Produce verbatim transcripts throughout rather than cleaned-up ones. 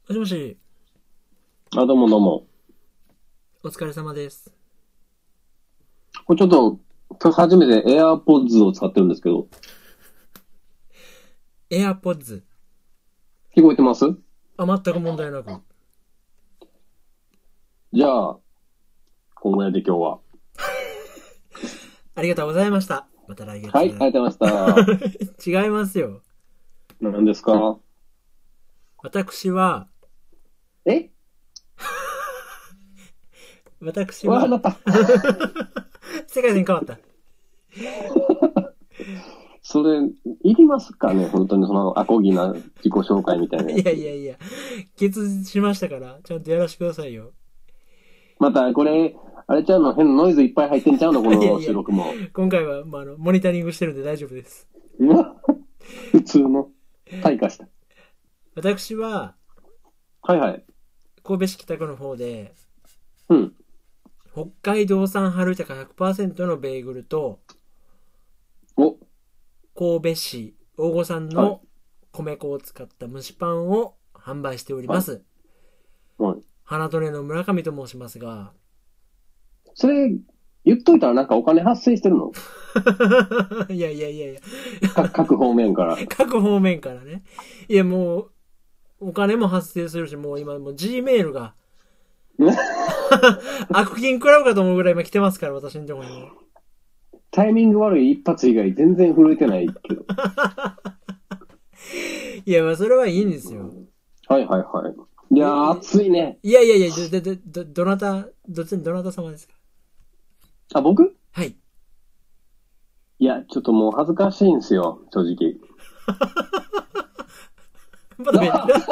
もしもし。 あ、どうもどうも。 お疲れ様です。 これちょっと、今日初めて AirPods を使ってるんですけど。 AirPods。 聞こえてます？ あ、全く問題なく。 じゃあ、こんぐらいで今日は。 ありがとうございました。また来月。 はい、ありがとうございました。違いますよ。 何ですか？ 私は、 え私は、 わかった。 世界線変わった。 それ、いりますかね？本当にそのアコギな自己紹介みたいな。 いやいやいや、決意しましたから、ちゃんとやらせてくださいよ。 また、これ、あれちゃうの？変なノイズいっぱい入ってんちゃうの？この収録も。いやいや今回は、まあ、あの、モニタリングしてるんで大丈夫です。 普通の、退化した。 私は、 はいはい。 神戸市北区の方で、 うん。 北海道産春高 ひゃくパーセント のベーグルと、 お神戸市大御産の米粉を使った蒸しパンを販売しております。 はい。はい、 花トレの村上と申しますが。 それ、言っといたらなんかお金発生してるの？ いやいやいやいや。 各方面から。 各方面からね。いやもう、お金も発生するし、もう今もう G メールが、悪金食らうかと思うぐらい今来てますから、私のところに。 タイミング悪い一発以外全然震えてないけど。 いや、まあそれはいいんですよ。 はいはいはい。いやー、暑いね。 いやいやいや、ど、ど、ど、どなた、どっち、どなた様ですか？ あ、僕？ はい。 いや、ちょっともう恥ずかしいんですよ、正直。 まだ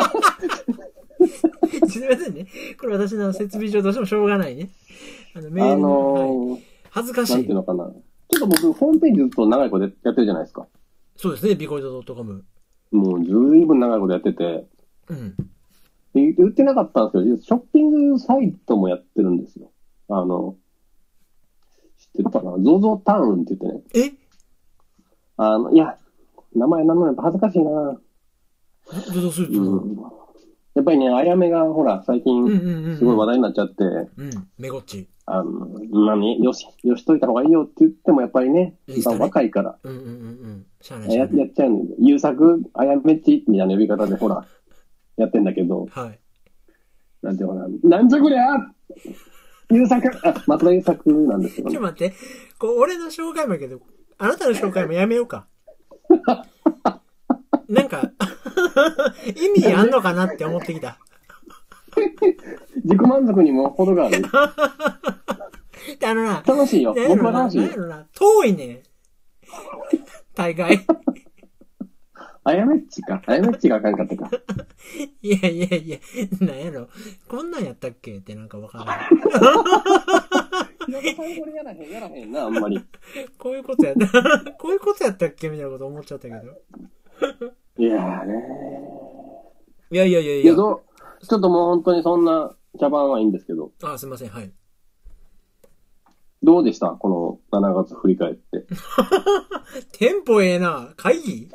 すみませんね。これ私の設備上どうしてもしょうがないね。あの、メール、 あのーはい、恥ずかしい。 なんていうのかな。ちょっと僕、ホームページずっと長いことやってるじゃないですか。 そうですね、ビコイド .com。 もう十分長いことやってて。 うん。 言ってなかったんですけど、ショッピングサイトもやってるんですよ。あの、知ってるかな？ ゾゾ タウンって言ってね。 え？ あの、いや、名前名前やっぱ恥ずかしいな。 ゾゾスーツ、うん、 やっぱりね、あやめがほら、最近、すごい話題になっちゃって。うん、 うん、めごっち。 あの、何よし、よしといた方がいいよって言っても、やっぱりね、今若いから。 うんうんうんうん。しゃあないや、やっちゃうの。優作、あやめっちみたいな呼び方でほら、やってんだけど。 はい。 なんていうかな。なんじゃこりゃ優作、あ、松田優作なんですけど、 ね。ちょっと待って。こう、俺の紹介もやけど、あなたの紹介もやめようか。なんか、意味あんのかなって思ってきた。 自己満足にも程がある。 あのな、 楽しいよ。僕は楽しい。 なんやろな、遠いね。大概。 あやめっちか。あやめっちがあかんかったか。 いやいやいや、なんやろ。こんなんやったっけってなんかわからない。 いや、最後にやらへん、やらへんな、あんまり。 こういうことやった、こういうことやったっけみたいなこと思っちゃったけど。 いやーねー。いやいやいやいや。 いや、どう、ちょっともう本当にそんな茶番はいいんですけど。 あ、すいません、はい。 どうでしたこのしちがつ振り返って。 テンポええな。会議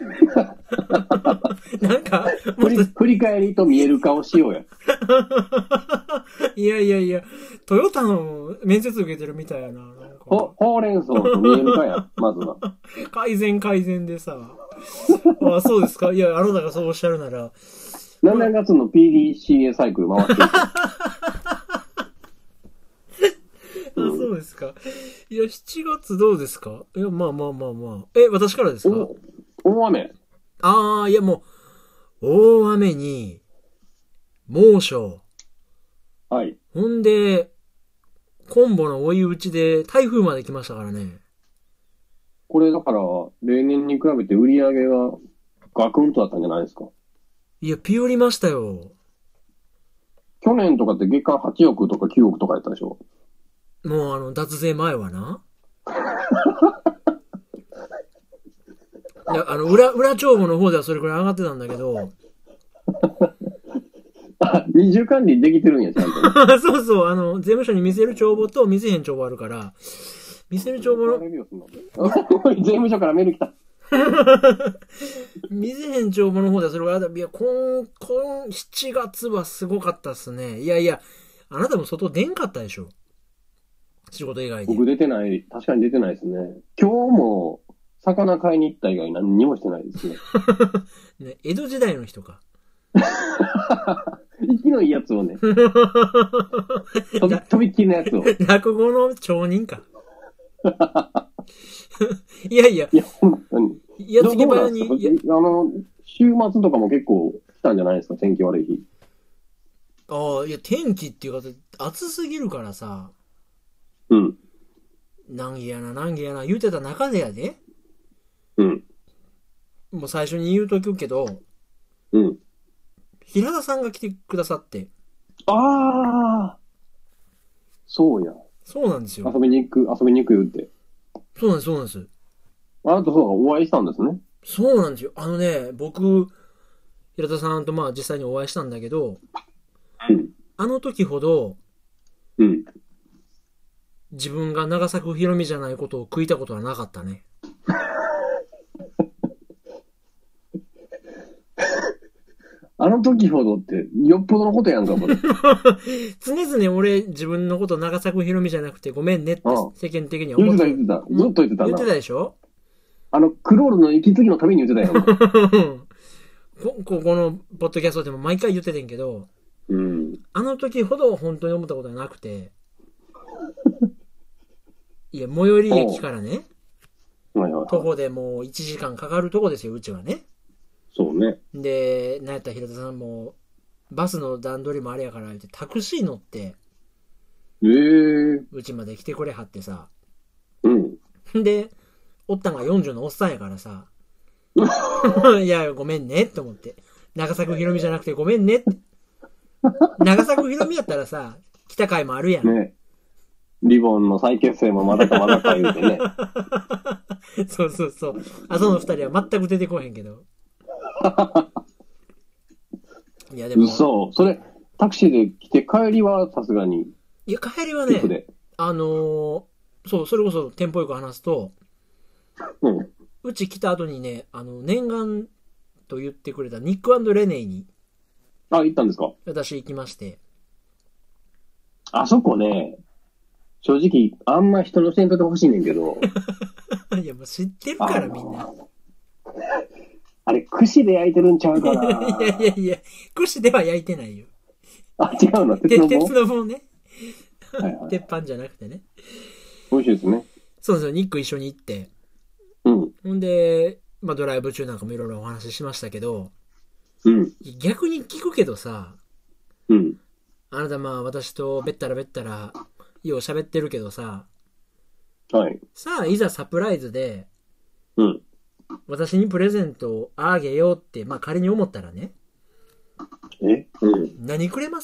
なんか振り、振り返りと見える顔しようや。 いやいやいや、トヨタの面接受けてるみたいやな。なんかほ、ほうれん草と見えるかや、まずは。 改善改善でさ。あ、そうですか。いや、あなたがそうおっしゃるなら。 しちがつの ピーディーシーエー サイクル回ってる。 あ、そうですか。いや、しちがつどうですか？いや、まあまあまあまあ。え、私からですか？ 大雨。 ああ、いやもう、大雨に、猛暑。 はい。 ほんで、コンボの追い打ちで台風まで来ましたからね。 これだから、例年に比べて売り上げがガクンとだったんじゃないですか？ いや、ピヨりましたよ。 去年とかって月間はちおくとかきゅうおくとかやったでしょ？ もうあの、脱税前はな。いや、あの、裏、裏帳簿の方ではそれくらい上がってたんだけど。 あ、二重管理できてるんや、ちゃんと。 そうそう、あの、税務署に見せる帳簿と見せへん帳簿あるから、見せる帳簿の。 税務署からメール来た。 水変帳簿の方ではそれが、いや、こん、こん、しちがつはすごかったっすね。いやいや、あなたも外出んかったでしょ。仕事以外で。 僕出てない、確かに出てないですね。今日も、魚買いに行った以外何にもしてないですね。 ね、江戸時代の人か。 息のいいやつをね。飛び、飛びっきりのやつを。 落語の町人か。いやいや。 いや、本当に。 やつけ早に。 あの、週末とかも結構来たんじゃないですか、天気悪い日。 ああ、いや、天気っていうか、暑すぎるからさ。 うん。 難儀やな、難儀やな、言うてた中でやで。 うん。 もう最初に言うとくけど。 うん。 平田さんが来てくださって。 ああ。そうや。 そうなんですよ。 遊びに行く、遊びに行く言って。 そうなんです、そうなんです。 あなたそうか、お会いしたんですね。 そうなんですよ。あのね、僕、平田さんとまあ実際にお会いしたんだけど、 うん。 あの時ほど、 うん。 自分が長作ひろみじゃないことを食いたことはなかったね。 あの時ほどって、よっぽどのことやんか、これ。 常々俺、自分のこと長作ひろみじゃなくてごめんねって世間的には言っ思っててた、言ってた。ずっと言ってたな。 言ってたでしょ。 あの、クロールの息継ぎのために言ってたよ。 こ, ここのポッドキャストでも毎回言っててんけど、 うん。 あの時ほど本当に思ったことはなくて、いや、最寄り駅からね、 はいはいはい、 徒歩でもういちじかんかかるとこですよ、うちはね。 そうね。 で、なんやったら平田さんも、バスの段取りもあれやから言って、タクシー乗って、 ええー。 うちまで来てくれはってさ。 うん。 で、おったんがよんじゅうのおっさんやからさ。いや、ごめんねって思って。長作ひろみじゃなくてごめんねって。長作ひろみやったらさ、来た回もあるやん。 ね。リボンの再結成もまだかまだか言うてね。 そうそうそう。あ、その二人は全く出てこへんけど。いやでも。 嘘。それ、タクシーで来て帰りはさすがに。 いや、帰りはね、あのー、そう、それこそテンポよく話すと、 うん。 うち来た後にね、あの、念願と言ってくれたニック&レネイに。 あ、行ったんですか？ 私行きまして。 あそこね、正直、あんま人のせんとってほしいねんけど。 いや、もう知ってるからみんな。 あれ、串で焼いてるんちゃうかな。 いやいやいや、串では焼いてないよ。 あ、違うの？鉄の棒？ 鉄の棒ね。 はいはい、 鉄板じゃなくてね。 美味しいですね。 そうですよ、ニック一緒に行って。 うん。 ほんで、まあドライブ中なんかもいろいろお話ししましたけど、 うん。 逆に聞くけどさ、 うん。 あなたまあ私とべったらべったら、よう喋ってるけどさ、 はい。 さあ、いざサプライズで、 うん。 私にプレゼントをあげようって、まあ仮に思ったらね。 えうん。 何くれます？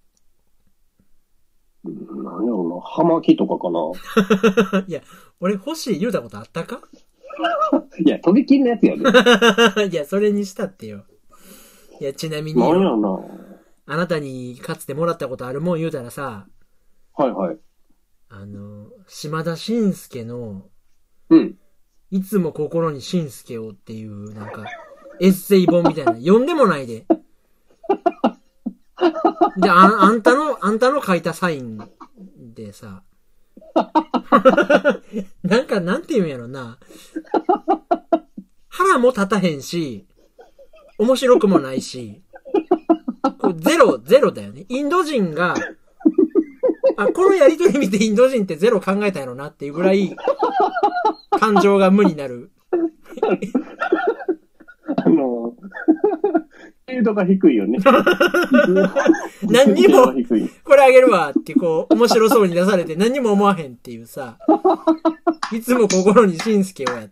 何やろうな。葉巻とかかな。 いや、俺欲しい言うたことあったか？ いや、飛び切りのやつやで。 いや、それにしたってよ。いや、ちなみに、 何やろな。 あなたにかつてもらったことあるもん言うたらさ、 はいはい。 あの、島田紳介の、 うん。 いつも心に紳介をっていう、なんか、エッセイ本みたいな。読んでもないで。で、あ、あんたの、あんたの書いたサインでさ、なんか、なんて言うんやろな。腹も立たへんし、面白くもないし、こうゼロ、ゼロだよね。インド人が、あ、このやりとり見てインド人ってゼロ考えたやろなっていうぐらい、感情が無になる。 あの、程度が低いよね。 何にも、これあげるわってこう、面白そうに出されて何にも思わへんっていうさ、いつも心に紳助をやって。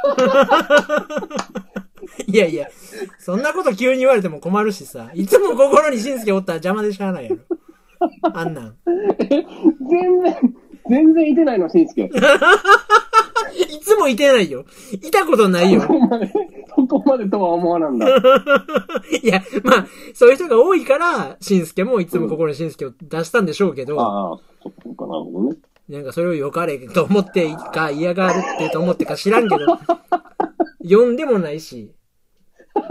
いやいや、そんなこと急に言われても困るしさ、いつも心に紳助おったら邪魔でしゃあないやろ。あんなん。 全然、全然いてないの、しんすけ。 いつもいてないよ。いたことないよ。 そこまで、そこまでとは思わなんだ。 いや、まあ、そういう人が多いから、しんすけもいつも心にしんすけを出したんでしょうけど。 うん、ああ、そっかなるほどね。 なんかそれを良かれと思ってか嫌がるってと思ってか知らんけど、読んでもないし、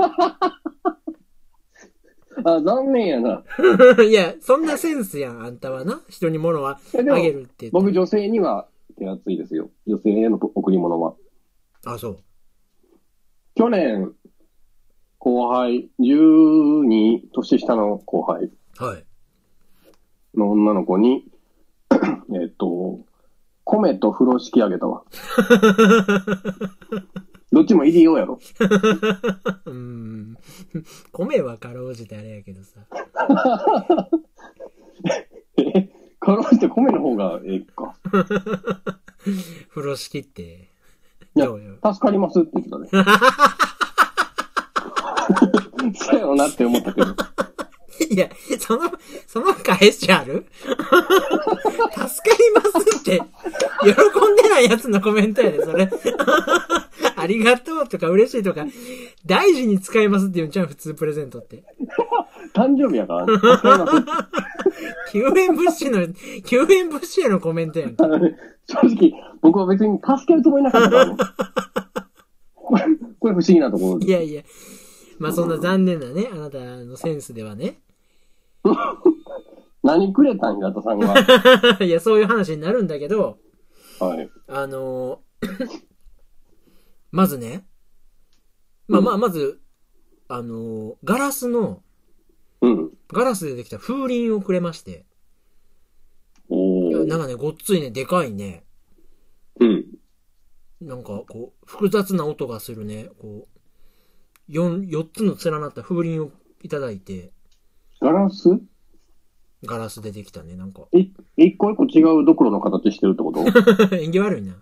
あ、残念やな。 いや、そんなセンスやん、あんたはな。人に物はあげるって言って。 僕女性には手厚いですよ。女性への贈り物は。 あ、そう。 去年、後輩、じゅうに年下の後輩はい。 の女の子に、えっと、米と風呂敷あげたわ。どっちも入りようやろ。 うーん。米はかろうじてあれやけどさ。 え、かろうじて米の方がええか。 風呂敷って。 いや、 どうよ。 助かりますって言ってたね。そうやろなって思ったけど。 いや、その、その返しある助かりますって、喜んでないやつのコメントやで、それ。ありがとうとか嬉しいとか、大事に使いますって言うんちゃう、普通プレゼントって。 誕生日やからね。助かります。 きゅうえん物資の、きゅうえん物資へのコメントやん。 正直、僕は別に助けるつもりなかったからね。これ、これ不思議なところです。 いやいや。まあそんな残念なね、あなたのセンスではね。 何くれたん平田さんが。 いや、そういう話になるんだけど、 はい。 あのー、まずね、まあまあ、まず、あのー、ガラスの、 うん。 ガラスでできた風鈴をくれまして。 おー。 なんかね、ごっついね、でかいね。 うん。 なんか、こう、複雑な音がするね、こう、四、四つの連なった風鈴をいただいて。 ガラスガラスでできたね、なんか。 い、一個一個違うドクロの形してるってこと縁起悪いな。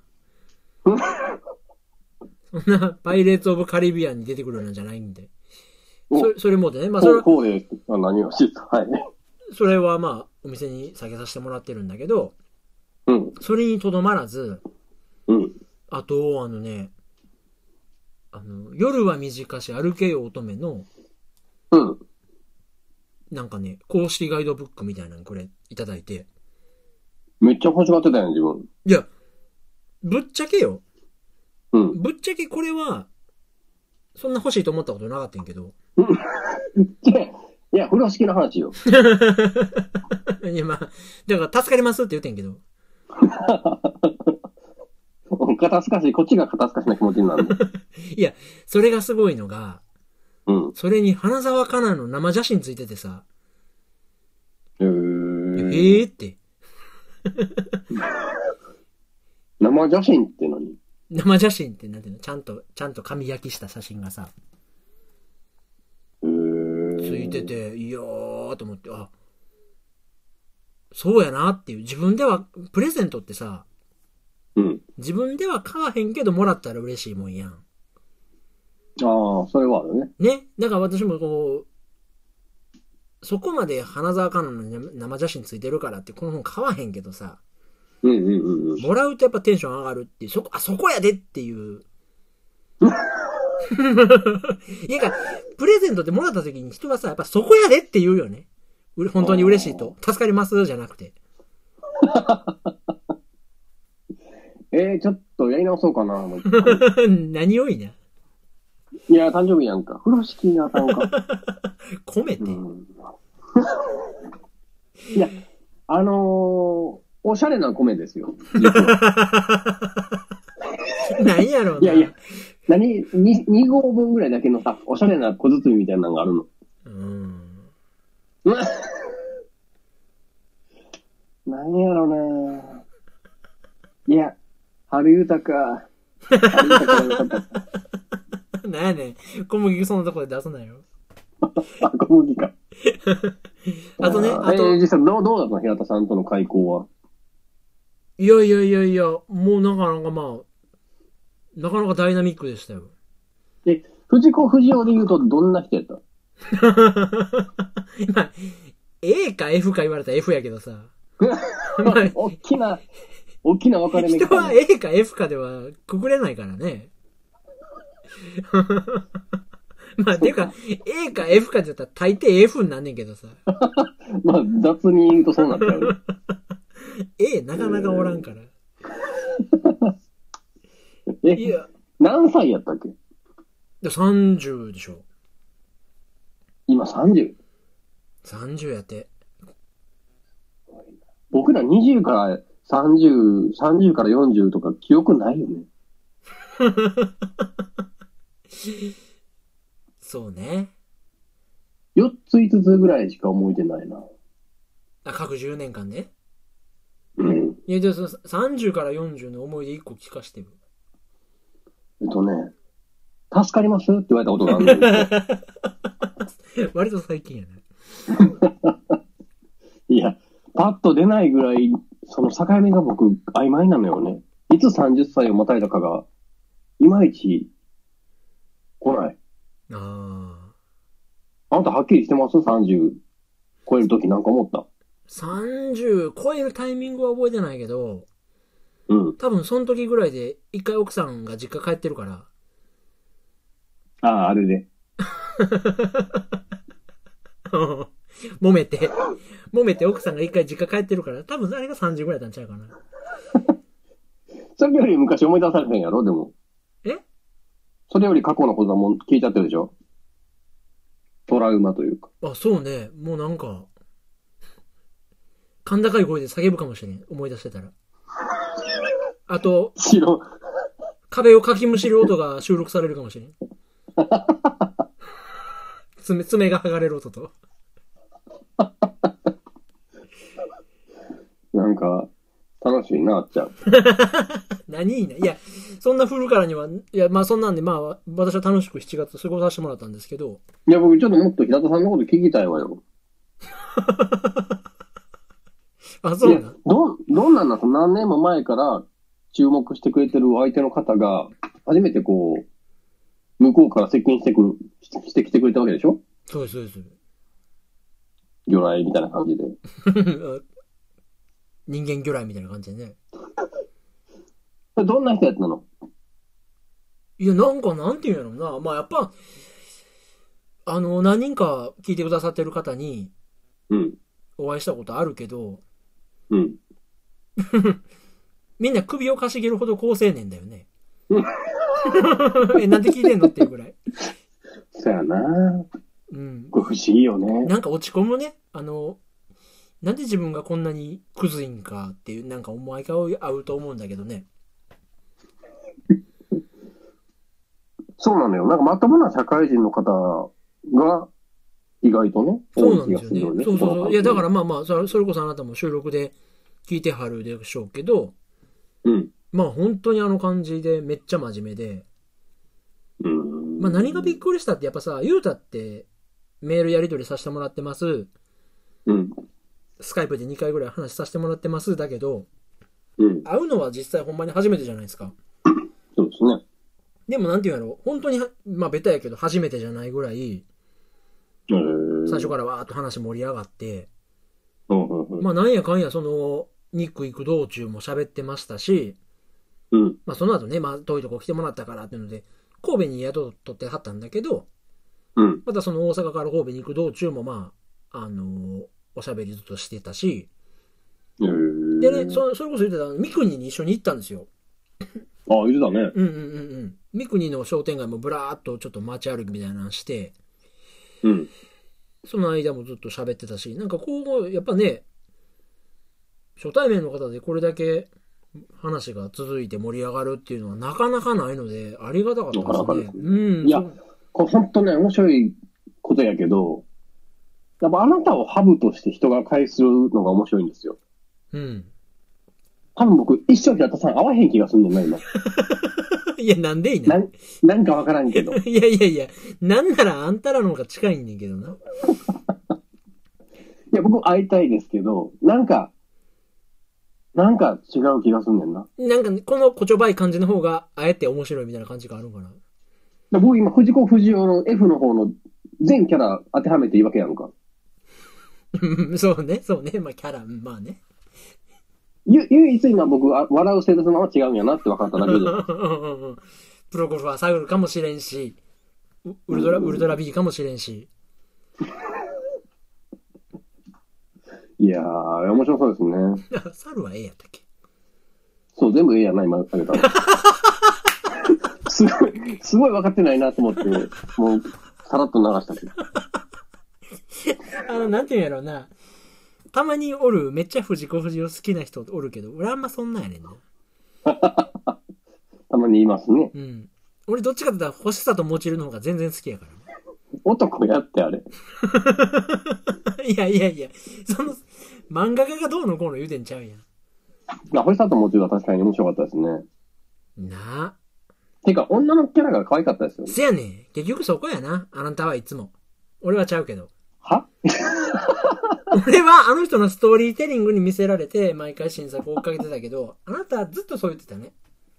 そんな、パイレーツ・オブ・カリビアンに出てくるようなんじゃないんで。それ、それもでね、まあそれは、 こうで、何をしてた。はい。 それはまあ、お店に下げさせてもらってるんだけど、 うん。 それにとどまらず、 うん。 あと、あのね、あの、夜は短し歩けよ乙女の、 うん。 なんかね、公式ガイドブックみたいなのこれいただいて。 めっちゃ欲しがってたやん、自分。 いや、ぶっちゃけよ。 うん。 ぶっちゃけこれは、そんな欲しいと思ったことなかったんやけど。 いや、風呂敷の話よ。 いや、まあ、だから助かりますって言ってんけど。 肩透かし、こっちが肩透かしな気持ちになる。 いや、それがすごいのが、 うん。 それに花沢香菜の生写真ついててさ、 へー。 ええー、って。 生写真って何？ 生写真ってなんていうの、ちゃんと、ちゃんと紙焼きした写真がさ、 へー。 ついてて、いやーと思って、あ、そうやなっていう、自分では、プレゼントってさ、 うん。 自分では買わへんけどもらったら嬉しいもんやん。 ああ、それはあるね。 ね。だから私もこう、そこまで花沢香菜の生写真ついてるからってこの本買わへんけどさ、 うんうんうんうん。 もらうとやっぱテンション上がるっていう、そこ、あ、そこやでっていう。いやか、プレゼントってもらった時に人はさ、やっぱそこやでって言うよね。う本当に嬉しいと。助かりますじゃなくて。 えー、ちょっとやり直そうかな。もう何をいいな。 いや、誕生日やんか。風呂敷なあかんか。 米って。 うん、いや、あのー、おしゃれな米ですよ。 何やろうな。 いやいや、何、に、に合分ぐらいだけのさ、おしゃれな小包みたいなのがあるの。 うん。 何やろうな。いや、春豊か。春豊かよかった。 なんやねん。小麦そのとこで出さないよ。 あ、小麦か。 あとね、あと。 えー、実際どう、どうだったの平田さんとの開口は。 いやいやいやいや、もうなかなかまあ、なかなかダイナミックでしたよ。 え、藤子不二雄で言うとどんな人やった今、A か F か言われたら F やけどさ。 まあ、大きな、大きな分かれ目。 人は A か F かではくくれないからね。まあ、ていうか、A か F かって言ったら大抵 F になんねんけどさ。 まあ、雑に言うとそうなっちゃう。 A なかなかおらんから。 え、 いや、 何歳やったっけさんじゅうでしょ。 今さんじゅう。 さんじゅうやって。 僕らにじゅうからさんじゅう、さんじゅうからよんじゅうとか記憶ないよね。 そうね。 よっついつつぐらいしか思い出ないな。 あ、各じゅうねんかんね。 うん。 いや、じゃあさんじゅうからよんじゅうの思い出いっこ聞かしてよ。 えっとね、助かりますって言われたことがあるんですよ。 割と最近やね。 いや、パッと出ないぐらい、その境目が僕曖昧なのよね。いつさんじゅっさいをまたいだかが、いまいち来ない。 ああなたはっきりしてます ?さんじゅう 超えるときなんか思った。 さんじゅう超えるタイミングは覚えてないけど、 うん。 多分その時ぐらいで一回奥さんが実家帰ってるから。 ああ、あれで。 揉めて、揉めて奥さんが一回実家帰ってるから、多分あれがさんじゅうぐらいなんちゃうかな。 それより昔思い出されてんやろでも。 えそれより過去のことはもう聞いちゃってるでしょ。トラウマというか。 あ、そうね。もうなんか、甲高い声で叫ぶかもしれん。思い出してたら。あと、壁をかきむしる音が収録されるかもしれん。爪、爪が剥がれる音と。 なんか、楽しいな、あっちゃう。 何いいな。いや、そんな振るからには、いや、まあそんなんで、まあ、私は楽しくしちがつ過ごさせてもらったんですけど。 いや、僕ちょっともっと平田さんのこと聞きたいわよ。 あ、そうな。 ど、どんなんなの何年も前から注目してくれてる相手の方が、初めてこう、向こうから接近してくる、してきてくれたわけでしょ？ そうです、そうです。 魚雷みたいな感じで。 人間魚雷みたいな感じでね。 どんな人やったの？ いや、なんか、なんていうんやろうな。まあ、やっぱ、あの、何人か聞いてくださってる方に、 うん。 お会いしたことあるけど、 うん。 みんな首をかしげるほど好青年だよね。え、なんで聞いてんのっていうぐらい。 そうやな。 うん。 これ不思議よね。 なんか落ち込むね。あの、なんで自分がこんなにクズいんかっていう、なんか思いが合うと思うんだけどね。 そうなのよ。なんかまともな社会人の方が、意外とね。 そうなんですよね。 よねそうそうそう。いや、だからまあまあ、それこそあなたも収録で聞いてはるでしょうけど、 うん。 まあ本当にあの感じでめっちゃ真面目で、 うん。 まあ何がびっくりしたってやっぱさ、ゆうたってメールやり取りさせてもらってます。 うん。 スカイプでにかいぐらい話させてもらってますだけど、 うん。 会うのは実際ほんまに初めてじゃないですか。 そうですね。 でもなんていうんやろ、本当に、まあベタやけど初めてじゃないぐらい、最初からわーっと話盛り上がって、 うんうんうん、 まあなんやかんやその、肉行く道中も喋ってましたし、 うん、 まあその後ね、まあ遠いとこ来てもらったからっていうので、神戸に宿を取ってはったんだけど、 うん、 またその大阪から神戸に行く道中もまあ、あのー、おしゃべりずっとしてたし、 えー、 でね、そそれこそ言ってた三国に一緒に行ったんですよ。 ああ、言ってたね。 うんうんうんうん。三国の商店街もぶらーっとちょっと街歩きみたいなのして、 うん。 その間もずっと喋ってたし、なんかこう、やっぱね、初対面の方でこれだけ話が続いて盛り上がるっていうのはなかなかないので、ありがたかったですね。 なかなかですね。 うん。 いや、これ本当ね、面白いことやけど、やっぱあなたをハブとして人が返すのが面白いんですよ。 うん。 多分僕、一生平田さん会わへん気がすんねんな、今。 いや、なんでいいな。 な、なんかわからんけど。 いやいやいや、なんならあんたらの方が近いんねんけどな。 いや、僕会いたいですけど、なんか、なんか違う気がすんねんな。 なんか、ね、このこちょばい感じの方が、あえて面白いみたいな感じがあるのかな。 僕今、藤子不二雄の F の方の全キャラ当てはめていいわけやんか。 そうね、そうね。まあ、キャラ、まあね。 ゆ、唯一今僕、笑うセールスマンは違うんやなって分かっただけで。 プロゴルファーサウルかもしれんし、ウルトラ、ウルトラ B かもしれんし。 いやー、面白そうですね。 サルは A やったっけ？ そう、全部 A やな、今あげたの。すごい、すごい分かってないなと思って、もう、さらっと流したけど。 あの、なんていうんやろうな。たまにおる、めっちゃ藤子不二雄好きな人おるけど、俺あんまそんなんやねんな。 たまに言いますね。 うん。俺どっちかって言ったら欲しさともちるの方が全然好きやから、ね。 男やってあれ。 いやいやいや、その、漫画家がどうのこうの言うてんちゃうやん。 まあ、星里もちろん確かに面白かったですね。 なあ。 てか、女のキャラが可愛かったですよね。 せやねん。結局そこやな。あなたはいつも。俺はちゃうけど。 は俺はあの人のストーリーテリングに見せられて、毎回新作追っかけてたけど、あなたはずっとそう言ってたね。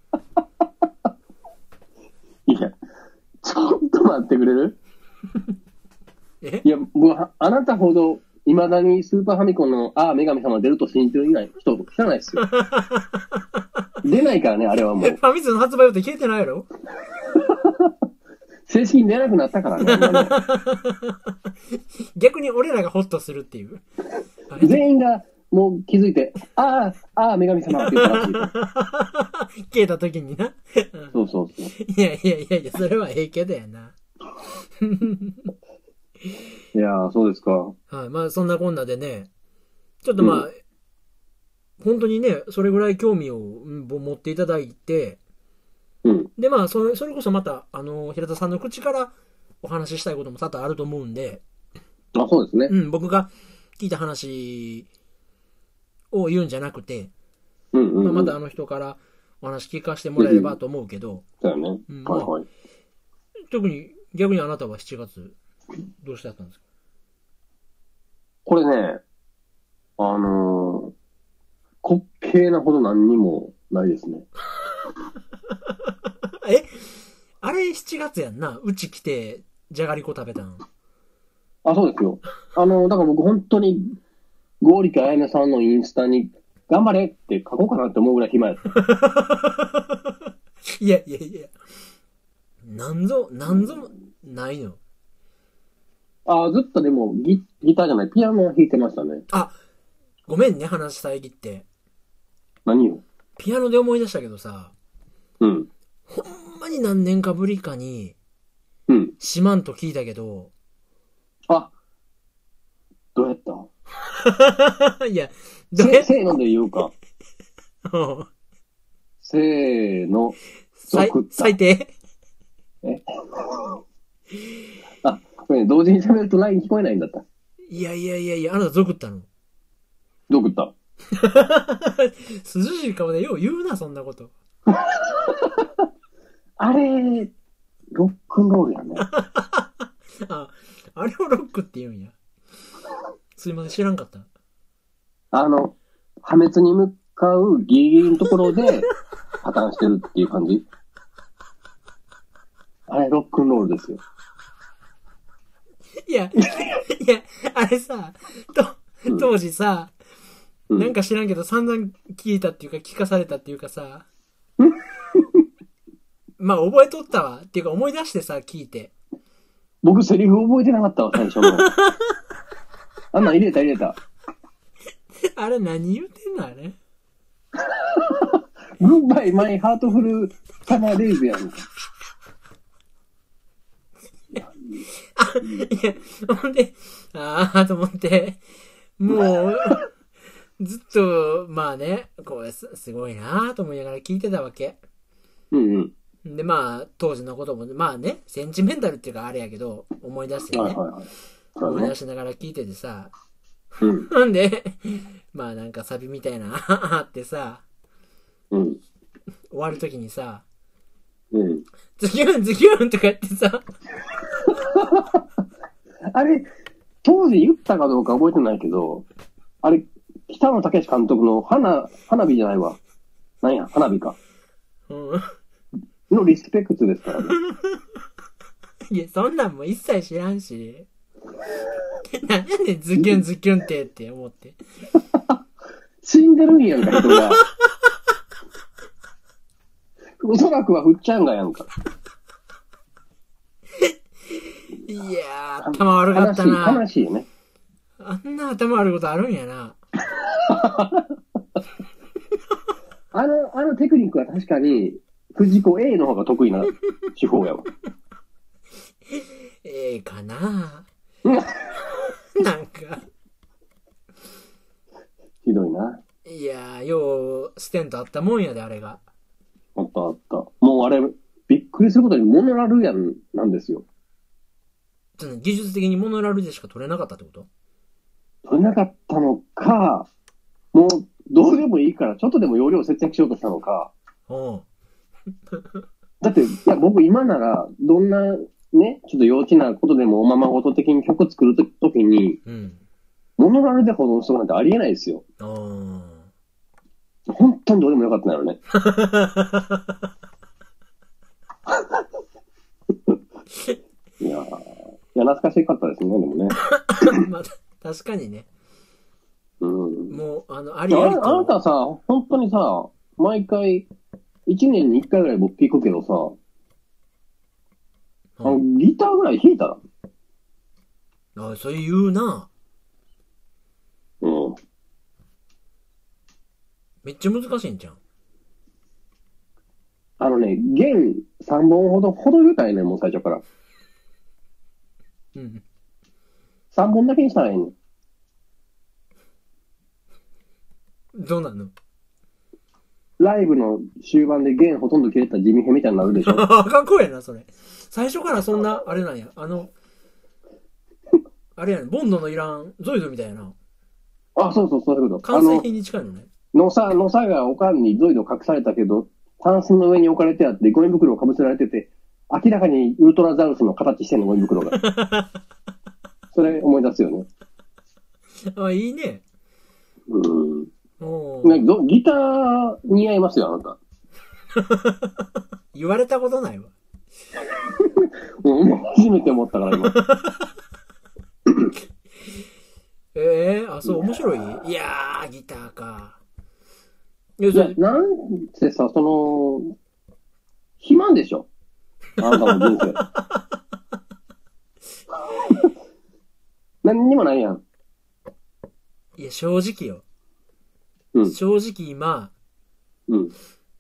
いや、ちょっと待ってくれるえいや、僕、あなたほど、未だにスーパーファミコンの、ああ、女神様出ると信じていない人、知らないですよ。出ないからね、あれはもう。 ファミ通の発売予定消えてないやろ正式に出なくなったからね。ね逆に俺らがホッとするっていう。 全員が、もう気づいて、ああ、ああ、女神様って言ったらしい。 消えた時にな。 そうそうそう。 いやいやいやいや、それはええけどやな。 いやー、そうですか。 はい。まあ、そんなこんなでね、ちょっとまあ、うん、本当にね、それぐらい興味を持っていただいて、 うん。 で、まあ、それ、それこそまた、あの、平田さんの口からお話ししたいことも多々あると思うんで、 あ、そうですね。 うん、僕が聞いた話を言うんじゃなくて、 うんうんうん、 まあ、またあの人からお話聞かせてもらえればと思うけど、 だよね。 うん、 はいはい。 特に、逆にあなたはしちがつ、どうしてやったんですか？ これね、あのー、滑稽なほど何にもないですね。 えあれしちがつやんな。うち来て、じゃがりこ食べたん。 あ、そうですよ。あのー、だから僕本当に、ゴーリキあやねさんのインスタに、頑張れって書こうかなって思うぐらい暇やった。 いやいやいや。なんぞ、なんぞ、ないの。 ああ、ずっとでもギ、ギターじゃない、ピアノを弾いてましたね。 あ、ごめんね、話遮って。 何よ。 ピアノで思い出したけどさ、 うん。 ほんまに何年かぶりかに、 うん。 しまんと聞いたけど、 あ、どうやったいや、どうやせ、せーので言うか。せーの、 最、最低えあ、これ、ね、同時に喋るとライン聞こえないんだった。 いやいやいやいや、あなたゾクったの？ どう食った涼しい顔でよう言うな、そんなこと。 あれ、ロックンロールやね。 あ、あれをロックって言うんや。すいません、知らんかった。 あの、破滅に向かうギリギリのところで破綻してるっていう感じ。あれ、ロックンロールですよ。 いや、いや、あれさ、と、当時さ、うん、なんか知らんけど散々聞いたっていうか聞かされたっていうかさ、まあ覚えとったわ。っていうか思い出してさ、聞いて。 僕セリフ覚えてなかったわ、最初の。あんなん入れた入れた。あれ何言うてんのあれグッバイマイハートフルサマーデイズやん。 あ、いや、ほんで、ああ、と思って、もう、ずっと、まあね、こうす、すごいなぁと思いながら聞いてたわけ。 うんうん。 で、まあ、当時のことも、まあね、センチメンタルっていうかあれやけど、思い出してね。はいはいはい。思い出しながら聞いててさ。 うん。 なんで、まあなんかサビみたいな、あってさ、 うん。 終わるときにさ、 うん。 ズキュンズキュンとか言ってさ。 あれ、当時言ったかどうか覚えてないけど、あれ、北野武監督の花、花火じゃないわ。なんや、花火か。 うん。 のリスペクトですからね。 いや、そんなんも一切知らんし。なんやねん、ズキュンズキュンってって思って。 死んでるんやんか、人が。おそらくはふっちゃんがやんか。 いやー、頭悪かったな。 悲しい、悲しいね。 あんな頭悪いことあるんやな。 あの、あのテクニックは確かに、藤子 A の方が得意な手法やわ。 ええかなか。 ひどいな。 いやー、よう、ステントあったもんやで、あれが。 あったあった。もうあれ、びっくりすることにモノラルやん、なんですよ。 ちょっと技術的にモノラルでしか撮れなかったってこと？ 撮れなかったのか、もう、どうでもいいから、ちょっとでも容量節約しようとしたのか。 おうだって、いや、僕今なら、どんな、ね、ちょっと幼稚なことでもおままごと的に曲作るとときに、 うん。 モノラルで保存するなんてありえないですよ。 あー。 本当にどうでもよかったんだよね。いやー、いや、懐かしかったですね、でもね。 まあ、確かにね。 うん。 もう、あの、ありありと。 ああなたさ、本当にさ、毎回、一年に一回ぐらい僕聞くけどさ、あのギターぐらい弾いたら。 あ、そう言うな。 うん。 めっちゃ難しいんじゃん。 あのね、弦さんぼんほどほどゆたいねん、もう最初から。 うん。 さんぼんだけにしたらいいねん。 どうなんの？ ライブの終盤で弦ほとんど切れた地味編みたいになるでしょ。 かっこいいな、それ。最初からそんな、あれなんや。あの、あれやねボンドのいらん、ゾイドみたいな。 あ、そうそう、そういうこと。 完成品に近いのね。 のさ、のさがおかんにゾイド隠されたけど、タンスの上に置かれてあって、ゴミ袋をかぶせられてて、明らかにウルトラザウルスの形してんの、ゴミ袋が。それ思い出すよね。 あ、いいね。 うん。 おね、ギター似合いますよ、あなた。 言われたことないわ。 うん、初めて思ったから今。 ええー、あ、そう、面白い？いやー、ギターか。いや、 いや、なんせさ、その、肥満でしょ、あなたの人生。何にもないやん。 いや、正直よ。 うん。 正直今、 うん。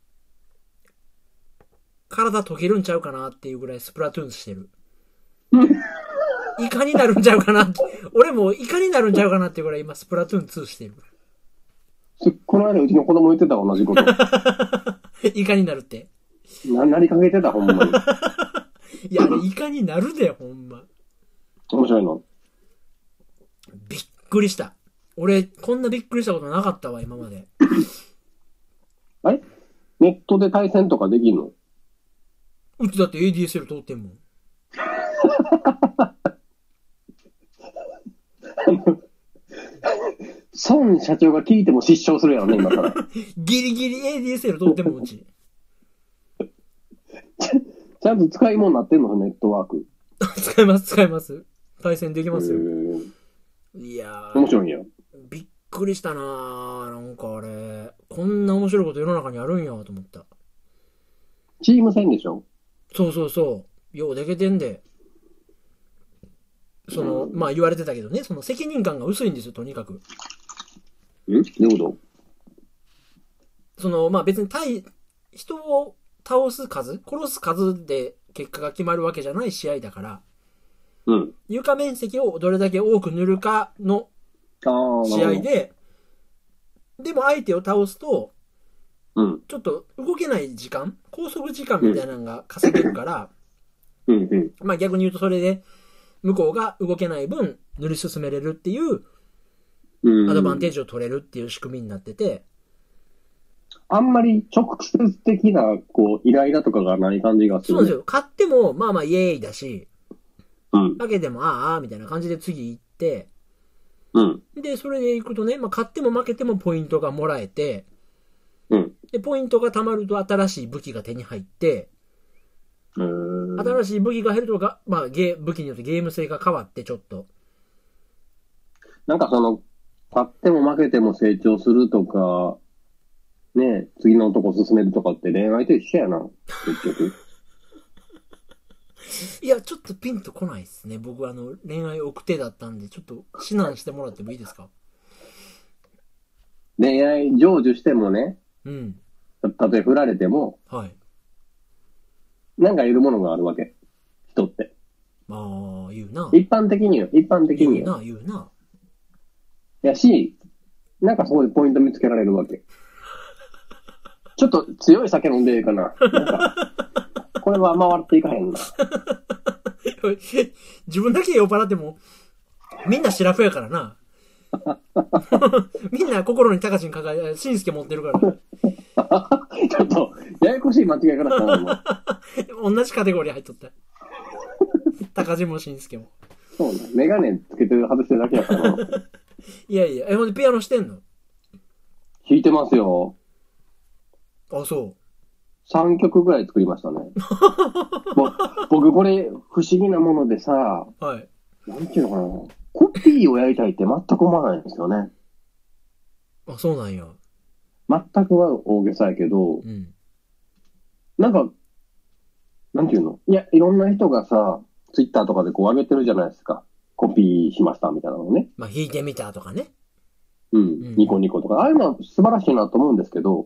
体溶けるんちゃうかなっていうぐらいスプラトゥーンしてる。イカになるんちゃうかなって。俺もイカになるんちゃうかなっていうぐらい今スプラトゥーンツーしてる。 この間うちの子供言ってた同じこと。 イカになるって。 な、なりかけてた、ほんまに。 いや、あれイカになるで、ほんま。 面白いの。 びっくりした。俺、こんなびっくりしたことなかったわ、今まで。 あれネットで対戦とかできんの？ うちだって エーディーエスエル 通ってんもん。 孫社長が聞いても失笑するやろね、今から。 ギリギリ エーディーエスエル 通ってんもん、うち。 ちゃんと使い物になってんの、ネットワーク。 使います、使います。対戦できますよ。いやー。 面白いんや。 びっくりしたなー。なんかあれ、こんな面白いこと世の中にあるんやと思った。 チーム戦でしょ？ そうそうそう。ようでけてんで。その、うん、まあ言われてたけどね、その責任感が薄いんですよ、とにかく。 ん？どういうこと？ その、まあ別に対、人を倒す数、殺す数で結果が決まるわけじゃない試合だから、 うん。 床面積をどれだけ多く塗るかの試合で、でも相手を倒すと、 うん、 ちょっと動けない時間、拘束時間みたいなのが稼げるから、 うんうん、 まあ逆に言うとそれで、向こうが動けない分塗り進めれるっていうアドバンテージを取れるっていう仕組みになってて、 あんまり直接的なこうイライラとかがない感じがする、ね。 そうですよ。勝ってもまあまあイエーイだし、 うん、 負けてもああみたいな感じで次行って、 うん、 でそれで行くとね、まあ勝っても負けてもポイントがもらえて、 うん、 でポイントが貯まると新しい武器が手に入って。新しい武器が減るとか、まあ、ゲ武器によってゲーム性が変わってちょっと。 なんかその、勝っても負けても成長するとか、ね、次のとこ進めるとかって恋愛と一緒やな、結局。 いや、ちょっとピンとこないですね。僕あの、恋愛奥手だったんで、ちょっと指南してもらってもいいですか？ 恋愛成就してもね、 うん。 たとえ振られても、 はい。 なんかいるものがあるわけ。人って。 ああ、言うな。 一般的によ。一般的によ。 言うな、言うな。 やし、なんかそこでポイント見つけられるわけ。ちょっと強い酒飲んでいいかな。なんかこれは回っていかへんな。 自分だけ酔っ払っても、みんなシラフやからな。みんな心に高しに抱え、しんすけ持ってるから。 ちょっと、ややこしい間違い方したな、 同じカテゴリー入っとった。高しもしんすけも。 そうね。メガネつけて外してるだけやからな。 いやいや、え、ほんでピアノしてんの？ 弾いてますよ。 あ、そう。 さんきょくぐらい作りましたね。ぼ僕これ不思議なものでさ、 はい。 なんていうのかな。コピーをやりたいって全く思わないんですよね。 あ、そうなんや。 全くは大げさやけど、 うん。 なんか、なんていうの？いや、いろんな人がさ、ツイッターとかでこう上げてるじゃないですか。コピーしましたみたいなのね。 まあ、弾いてみたとかね。 うん。 うん、 ニコニコとか。ああいうのは素晴らしいなと思うんですけど、 うん。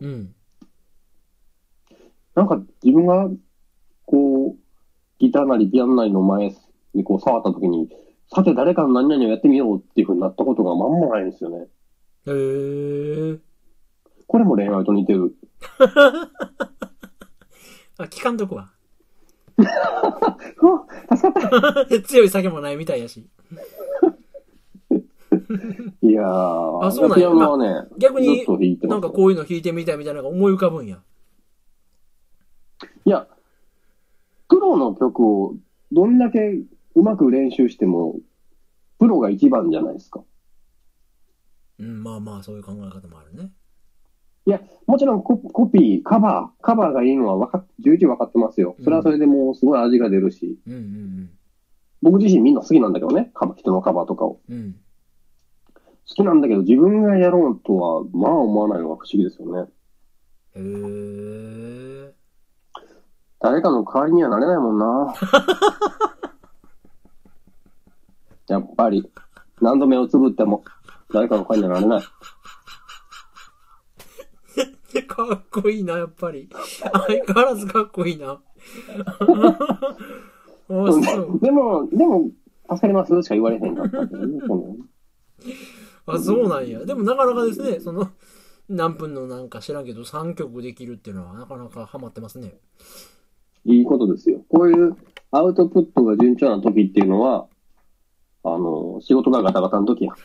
なんか自分が、こう、ギターなりピアノなりの前にこう触った時に、さて誰かの何々をやってみようっていう風になったことがまんまないんですよね。 へー。 これも恋愛と似てる。 あ、聞かんとこは。 助かった。 強い酒もないみたいやし。 いやー、 あ、そうなんや。 ピアノはね、 逆にずっと弾いてます。 なんかこういうの弾いてみたいみたいなのが思い浮かぶんや。 いや、プロの曲をどんだけうまく練習しても、プロが一番じゃないですか。 うん、まあまあ、そういう考え方もあるね。 いや、もちろんココピー、カバー、カバーがいいのはわかっ、重々わかってますよ。それはそれでもうすごい味が出るし。 うんうんうん。 僕自身みんな好きなんだけどね。カバ人のカバーとかを。 うん。 好きなんだけど、自分がやろうとは、まあ思わないのが不思議ですよね。 へー。 誰かの代わりにはなれないもんな。やっぱり、何度目をつぶっても、誰かの代わりにはなれない。 かっこいいな、やっぱり。相変わらずかっこいいな。 でも、でも、助かりますしか言われへんかったけどね。 あ、そうなんや。でもなかなかですね、その、何分のなんか知らんけどさんきょくできるっていうのはなかなかハマってますね。 いいことですよ。こういうアウトプットが順調な時っていうのは、あの、仕事がガタガタの時や。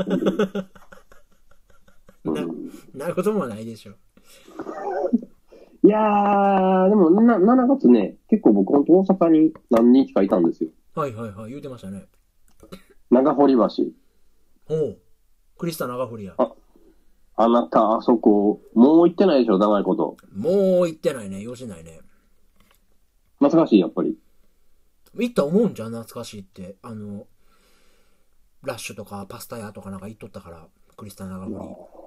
うん、な, なることもないでしょ。 いやー、でもな、しちがつね、結構僕本当大阪に何日かいたんですよ。 はいはいはい、言うてましたね。 長堀橋。 おう。クリスタ長堀や。 あ、あなた、あそこ、もう行ってないでしょ、長いこと。 もう行ってないね、よしないね。 懐かしい、やっぱり。 行った思うんじゃん、懐かしいって。あの、ラッシュとかパスタ屋とかなんか行っとったから、クリスタ長堀。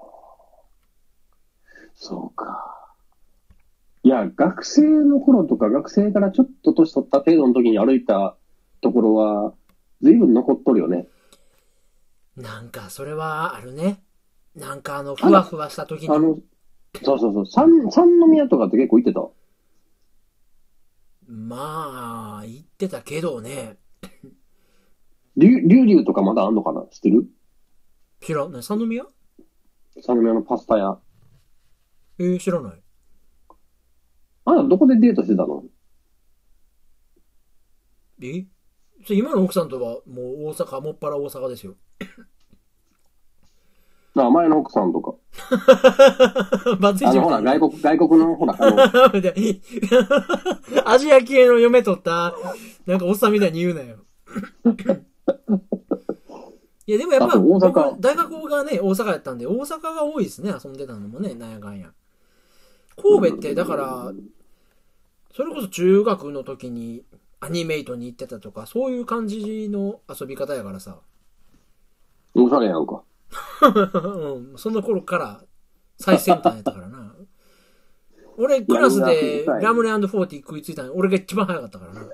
そうか。いや、学生の頃とか、学生からちょっと年取った程度の時に歩いたところは、随分残っとるよね。 なんか、それはあるね。なんかあの、ふわふわした時に。 あの、そうそうそう、三、三宮とかって結構行ってた。 まあ、行ってたけどね。 りゅう、りゅうりゅうとかまだあんのかな、知ってる？ 知らん、ね、三宮？ 三宮のパスタ屋。 えー、知らない。 あなたどこでデートしてたの？ え？今の奥さんとはもう大阪、もっぱら大阪ですよ。 あ、前の奥さんとか。 バツイチみたいな。 あの、ほら、外国、外国の、ほら、あの、 アジア系の嫁取った、なんかおっさんみたいに言うなよ。いや、でもやっぱ、 大阪大学がね、大阪やったんで、大阪が多いですね、遊んでたのもね、なんやかんや。神戸って、だから、それこそ中学の時にアニメイトに行ってたとか、そういう感じの遊び方やからさ。 おしゃれやんか。 うん、その頃から最先端やったからな。俺、クラスでラムネ&フォーティー食いついたの、俺が一番早かったからな。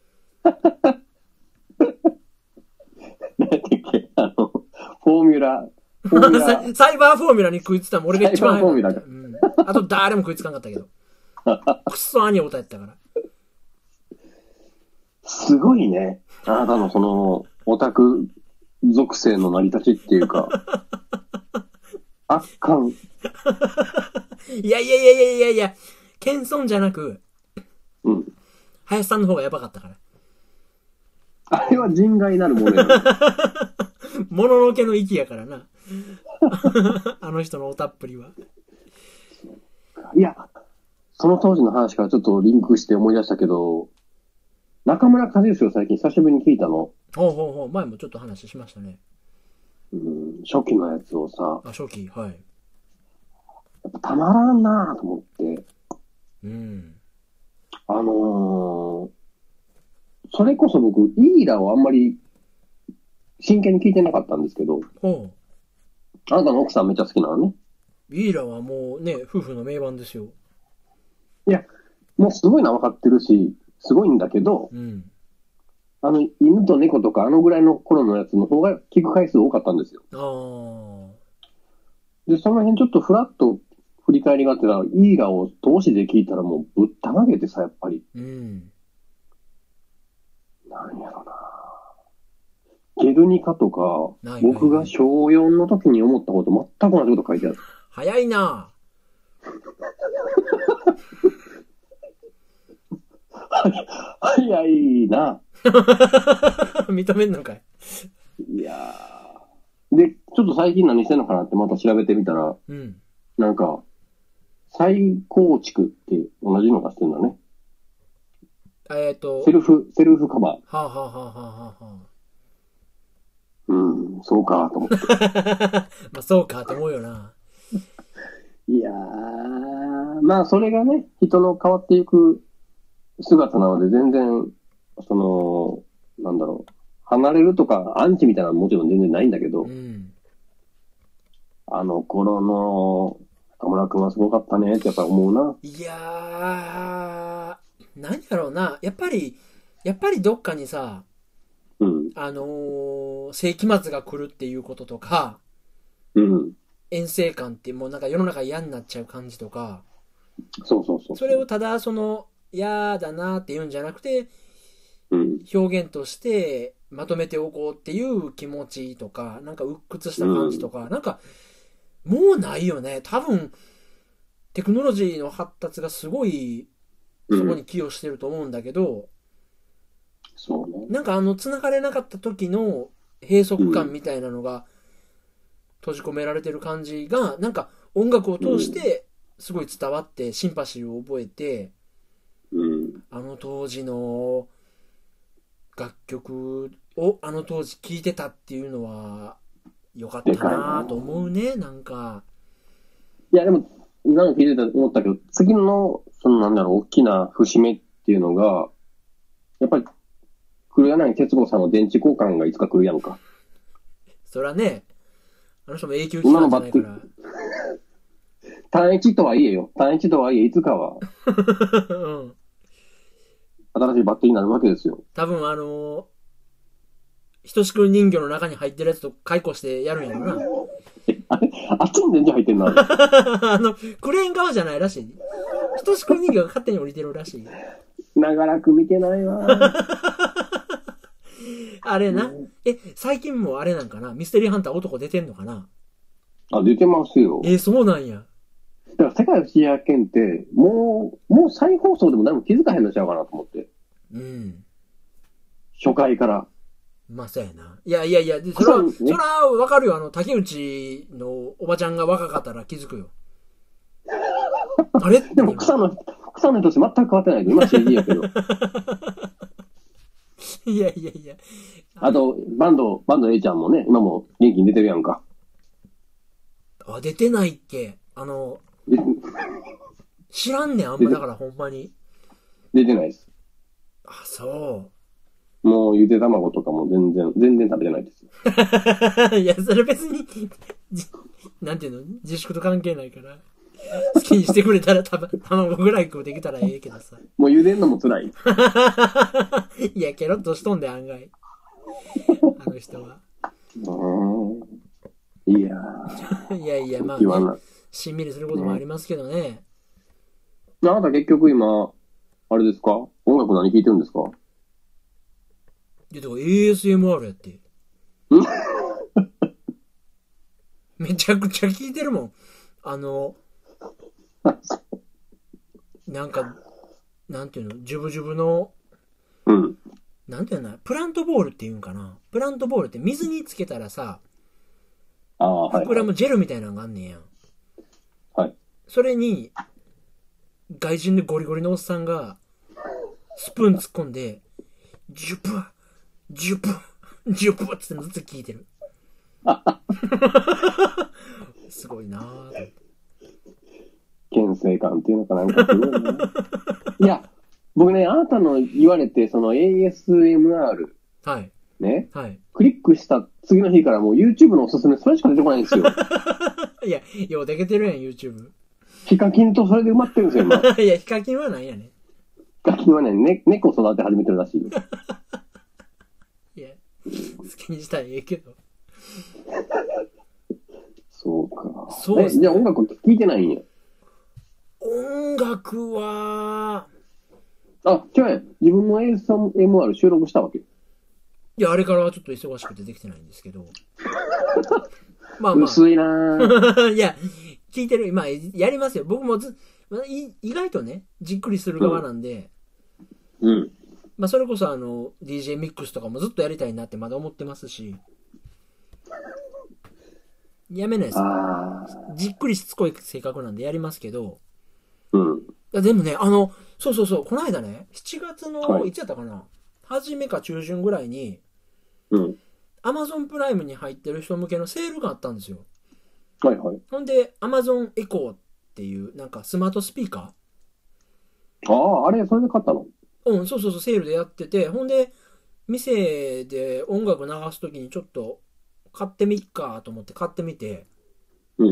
何だっけ、あの、フォーミュラ、フォーミュラ。 サイバーフォーミュラに食いついたの俺が一番早かった。 サイバーフォーうん、あと誰も食いつかんかったけど。くっそ兄オタやったから。 すごいね。あなたのその、オタク属性の成り立ちっていうか、圧巻。 いやいやいやいやいやいや、謙遜じゃなく、 うん。 林さんの方がやばかったから。 あれは人外なるものやな。 もののけの域やからな。あの人のおたっぷりは。 いや、その当時の話からちょっとリンクして思い出したけど、中村和義を最近久しぶりに聞いたの。 ほうほうほう、前もちょっと話しましたね。 うん、初期のやつをさ。 あ、初期、はい。 やっぱたまらんなぁと思って。 うん。 あのー、それこそ僕、イーラをあんまり真剣に聞いてなかったんですけど、 ほう。あなたの奥さんめっちゃ好きなのね。 イーラはもうね、夫婦の名盤ですよ。 いや、もうすごいのは分かってるし、すごいんだけど、 うん。 あの、犬と猫とかあのぐらいの頃のやつの方が聞く回数多かったんですよ。 ああ。で、その辺ちょっとフラッと振り返りがあってら、イーラを通しで聞いたらもうぶったまげてさ、やっぱり。 うん。 なんやろな。ゲルニカとか、 ない僕が小よんの時に思ったこと全く同じこと書いてある。 早いな早いな。 認めんのかい。 いやー。で、ちょっと最近何してんのかなってまた調べてみたら、 うん。 なんか、再構築って同じのがしてんだね。 えっと。 セルフ、セルフカバー。 はあ、はあはあはあはあ、 うん、そうかと思って。 まあそうかと思うよな。 いやー、まあそれがね、人の変わっていく姿なので全然、その、なんだろう、離れるとかアンチみたいなのはもちろん全然ないんだけど、 うん、 あの頃の中村くんはすごかったねってやっぱり思うな。 いやー、何やろうな。やっぱり、やっぱりどっかにさ、 うん。 あのー、世紀末が来るっていうこととか、 うん。 遠征感ってもうなんか世の中嫌になっちゃう感じとか、 そうそうそう。 それをただその、嫌だなって言うんじゃなくて、 うん、 表現としてまとめておこうっていう気持ちとか、なんか鬱屈した感じとか、うん、なんか、もうないよね。多分、テクノロジーの発達がすごい、そこに寄与してると思うんだけど、うん、 そうね。 なんかあの、繋がれなかった時の閉塞感みたいなのが、閉じ込められてる感じが、なんか音楽を通してすごい伝わってシンパシーを覚えて、 うん、 あの当時の楽曲をあの当時聴いてたっていうのは良かったなと思うね。なんかいやでも今の聞いてた思ったけど、次のそのなんだろう大きな節目っていうのがやっぱり黒柳徹子さんの電池交換がいつか来るやんか。 そらね、あの人も永久期間じゃないから。 単一とはいえよ。単一とはいえいつかは、うん、新しいバッテリーになるわけですよ。 多分あのー、ひとしくん人形の中に入ってるやつと解雇してやるんやろな。 あれあっちに電池入ってんのあの、クレーン側じゃないらしい。ひとしくん人形が勝手に降りてるらしい。 長らく見てないわ。 あれな。え、最近もあれなんかな、ミステリーハンター男出てんのかな。 あ、出てますよ。 えー、そうなんや。 だから世界不思議発見って、もう、もう再放送でも誰も気づかへんのちゃうかなと思って。 うん。 初回から。 まあ、そうやな。いやいやいや、それは、ね、それはわかるよ。あの、竹内のおばちゃんが若かったら気づくよ。あれでも草の、草の人と全く変わってないけど、今 シージー やけど。 いやいやいや。 あと、バンド、バンド A ちゃんもね、今も元気に出てるやんか。 あ、出てないっけ？あの、知らんねん、あんまだからほんまに。 出てないです。 あ、そう。 もうゆで卵とかも全然、全然食べてないですよ。 いや、それ別に、なんていうの、自粛と関係ないから。好きにしてくれたらた卵ぐらい食うできたらええけどさ。 もう茹でんのも辛い。 いや、ケロッとしとんで案外。あの人は。 いやー。いやいや、まあ、ね、しんみりすることもありますけどね。 あなた結局今、あれですか？音楽何聴いてるんですか？ いや、だから エーエスエムアール やって。 んめちゃくちゃ聞いてるもん。あの、なんか、なんていうの、ジュブジュブの、 うん。 なんていうの、プラントボールっていうんかな。プラントボールって水につけたらさ、 ああ、はい、 膨らむジェルみたいなのがあんねんやん。 はい。 それに、外人でゴリゴリのおっさんが、スプーン突っ込んで、ジュプ、ジュプ、ジュプってずっと聞いてる。すごいなぁと思って。 牽制感っていうのかなんかすごいね。いや、僕ね、あなたの言われて、その エーエスエムアール。 はい。 ね。 はい。 クリックした次の日からもう YouTube のおすすめそれしか出てこないんですよ。 いや、ようでけてるやん、YouTube。 ヒカキンとそれで埋まってるんですよ、今。 いや、ヒカキンはなんやねん。 ヒカキンはね、ね、猫育て始めてるらしいよ。 いや、好きにしたらええけど。 そうか。 そうですね。 え、じゃあ音楽聴いてないんや。 音楽は、 あ、違うやん。自分の エーエスエムアール 収録したわけ。 いや、あれからはちょっと忙しくてできてないんですけど。まあまあ。 薄いなぁ。 いや、聞いてる。まあ、やりますよ。僕もず、まあ、い意外とね、じっくりする側なんで、 うん。うん、 まあ、それこそあの、ディージェー ミックスとかもずっとやりたいなってまだ思ってますし、やめないです。じっくりしつこい性格なんでやりますけど、 うん。 でもね、あの、そうそうそう、この間ね、しちがつの、はい、いつやったかな、初めか中旬ぐらいに、 うん。 Amazon プライムに入ってる人向けのセールがあったんですよ。 はいはい。 ほんで、Amazon Echo っていう、なんかスマートスピーカーああ、あれ、それで買ったの？ うん、そうそうそう、セールでやってて、ほんで、店で音楽流すときにちょっと買ってみっかと思って買ってみて、 うん。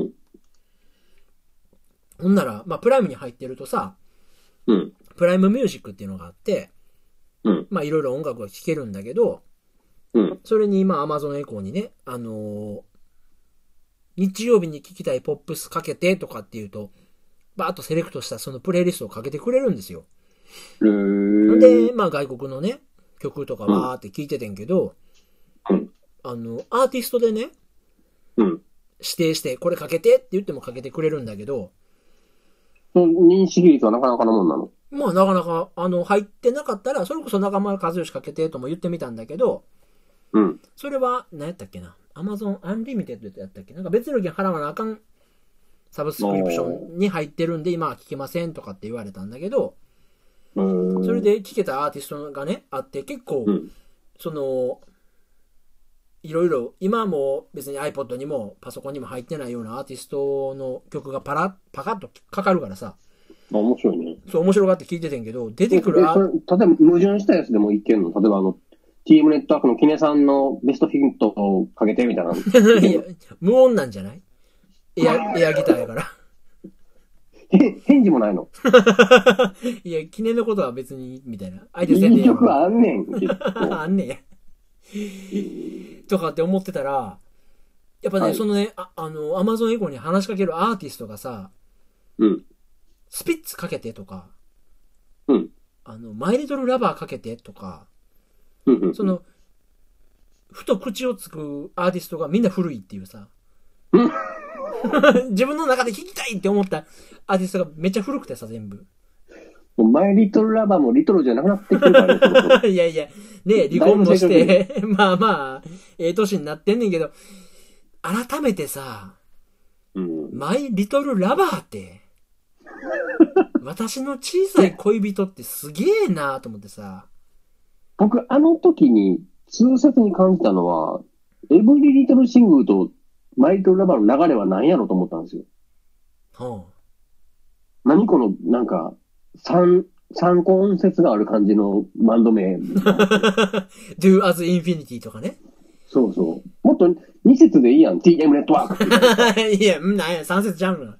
ほんなら、まあ、プライムに入ってるとさ、 うん。 プライムミュージックっていうのがあって、 うん。 まあ、いろいろ音楽が聴けるんだけど、 うん。 それに今、Amazon Echo にね、あのー、日曜日に聴きたいポップスかけてとかっていうと、バーッとセレクトしたそのプレイリストをかけてくれるんですよ。 へー。 で、まあ、外国のね、曲とかバーって聴いててんけど、 うん。 あの、アーティストでね、 うん。 指定して、これかけてって言ってもかけてくれるんだけど、 認識率はなかなかなもんなの？ まあなかなか、あの、入ってなかったら、それこそ中村和義かけてとも言ってみたんだけど、 うん。 それは、何やったっけな、Amazon Unlimited やったっけ、なんか別料金払わなあかんサブスクリプションに入ってるんで、今は聞けませんとかって言われたんだけど、それで聞けたアーティストがね、あって、結構、うん、その、いろいろ、今も別に iPod にもパソコンにも入ってないようなアーティストの曲がパラッ、パカッとかかるからさ。 あ、面白いね。 そう、面白がって聞いててんけど、出てくるアー例えば矛盾したやつでもいけんの？例えばあの、ティームネットワークのキネさんのベストヒントをかけてみたいな。 いや、無音なんじゃない？エア、エアギターやから。 へ、返事もないの？ いや、記念のことは別に、みたいな。相手せんねん。いい曲あんねん。 あんねんや。とかって思ってたら、やっぱね、はい、そのね、あ、あの、アマゾンエコに話しかけるアーティストがさ、 うん。 スピッツかけてとか、 うん。 あの、マイリトルラバーかけてとか、 うんうん、 その、ふと口をつくアーティストがみんな古いっていうさ、 うん、 自分の中で聴きたいって思ったアーティストがめっちゃ古くてさ、全部。 マイリトルラバーもリトルじゃなくなってくるからね。 いやいや、ね、離婚もして、まあまあ、ええ年になってんねんけど、改めてさ、うん、マイリトルラバーって、私の小さい恋人ってすげえなと思ってさ。 僕、あの時に痛切に感じたのは、エブリリトルシングルとマイリトルラバーの流れは何やろうと思ったんですよ。 はあ、 何この、なんか、三、三個音節がある感じのバンド名。 Do as Infinity とかね。 そうそう。もっと二節でいいやん。ティーエム ネットワーク。 いや、なんや、三節ちゃうの。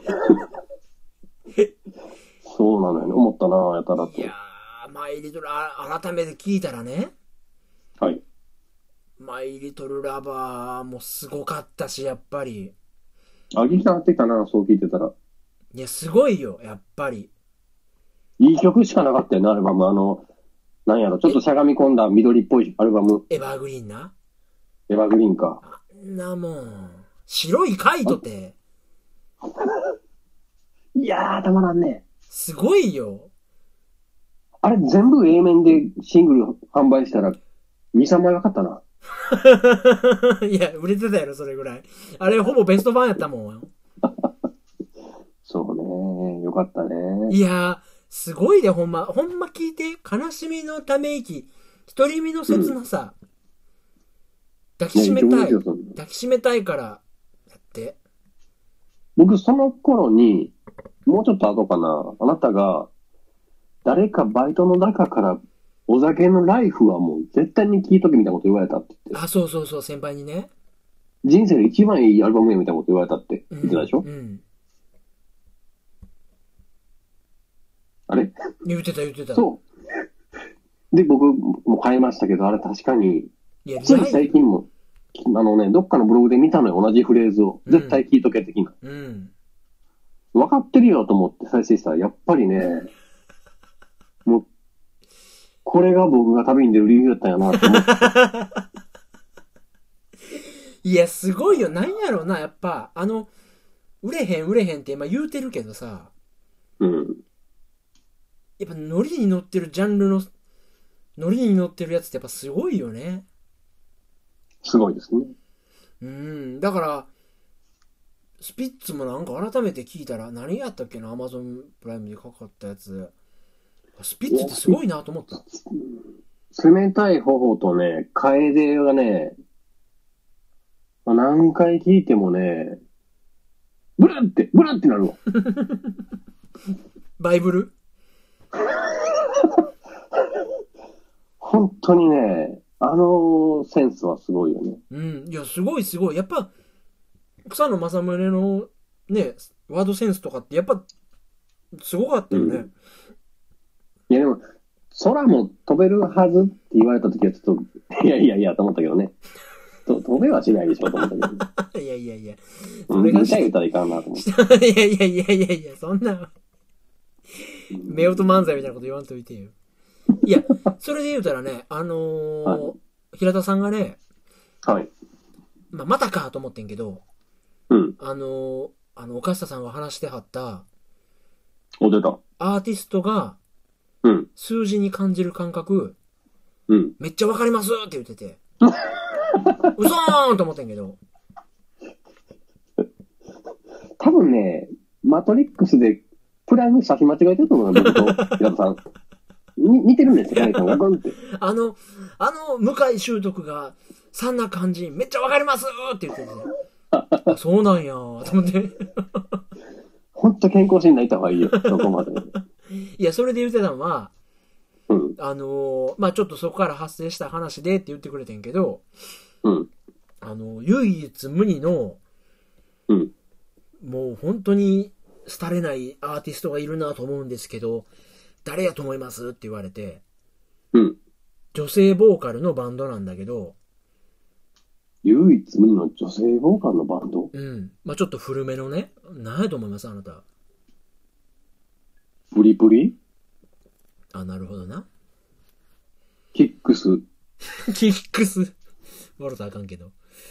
そうなのよね。思ったなぁ、やたらと。 いやー、マイリトル、改めて聞いたらね。 はい。 マイリトルラバーもすごかったし、やっぱり。 あ、聞きたなってきたな、そう聞いてたら。 いや、すごいよ、やっぱり。 いい曲しかなかったよね、アルバム。あの、なんやろ、ちょっとしゃがみ込んだ緑っぽいアルバム。 エバーグリーンな。 エバーグリーンか。 あんなもん。 白いカイトって。 いやー、たまらんね。 すごいよ。 あれ全部 A 面でシングル販売したらに、さんまい分かったな。 いや、売れてたやろ、それぐらい。あれほぼベスト版やったもん。 そうね。よかったね。 いやー、すごいで、ほんま。ほんま聞いて、悲しみのため息、独り身の切なさ。うん、抱きしめたい。抱きしめたいから、やって。 僕、その頃に、もうちょっと後かな、あなたが、誰かバイトの中から、お酒のライフはもう絶対に聴いとけみたいなこと言われたって言って。 あ、そうそうそう、先輩にね。 人生で一番いいアルバムやみたいなこと言われたって言ってたでしょ、うんうん、あれ言ってた言ってた。 そう。で、僕も買いましたけど、あれ確かに、つい最近も、あのね、どっかのブログで見たのよ、同じフレーズを。絶対聴いとけ的な。うん。分かってるよと思って再生したら、やっぱりね、もう、これが僕が旅に出る理由だったんやなと思って。 いや、すごいよ。なんやろな、やっぱ、あの、売れへん売れへんって今言うてるけどさ、うん。やっぱノリに乗ってるジャンルの、ノリに乗ってるやつってやっぱすごいよね。 すごいですね。 うん。だから、スピッツもなんか改めて聞いたら、何やったっけな、アマゾンプライムでかかったやつ。スピッツってすごいなと思った。 冷たい頬とね、楓がね、何回聞いてもね、ブランって、ブランってなるわ。 バイブル本当にね、あのセンスはすごいよね。 うん。いや、すごいすごい。やっぱ、草野正宗のね、ワードセンスとかってやっぱ、すごかったよね。うん、 いやでも、空も飛べるはずって言われたときはちょっと、いやいやいやと思ったけどね。と飛べはしないでしょと思ったけど、ね。 いやいやいや。 それがし言ったらいかんなと思って。 いやいやいやいやいや、そんな、夫婦漫才みたいなこと言わんといてよ。いや、それで言うたらね、あのーはい、平田さんがね、はい。まあ、またかと思ってんけど、うん。あのー、あの、岡下さんが話してはった、 お、出た。 アーティストが、うん。数字に感じる感覚、うん。めっちゃわかりますって言ってて、うそーんと思ってんけど。 多分ね、マトリックスで、プラグ差し間違えてると思うよ、僕と平田さん。に似てるんですよ、世界観がゴンって。 あの、あの、向井秀徳が、そんな感じ、めっちゃわかりますって言ってて、あ、そうなんやー、と思って。 ほんと健康診断行った方がいいよ、そこまで。 いや、それで言ってたのは、うん、あのー、まあちょっとそこから発生した話でって言ってくれてんけど、うん、あの、唯一無二の、うん、もう本当に廃れないアーティストがいるなと思うんですけど、誰やと思いますって言われて、うん、女性ボーカルのバンドなんだけど、 唯一無二の女性ボーカルのバンド？ うん。まあちょっと古めのね。何やと思いますあなた。 プリプリ？ あ、なるほどな。 キックス。 キックス。笑ったらあかんけど。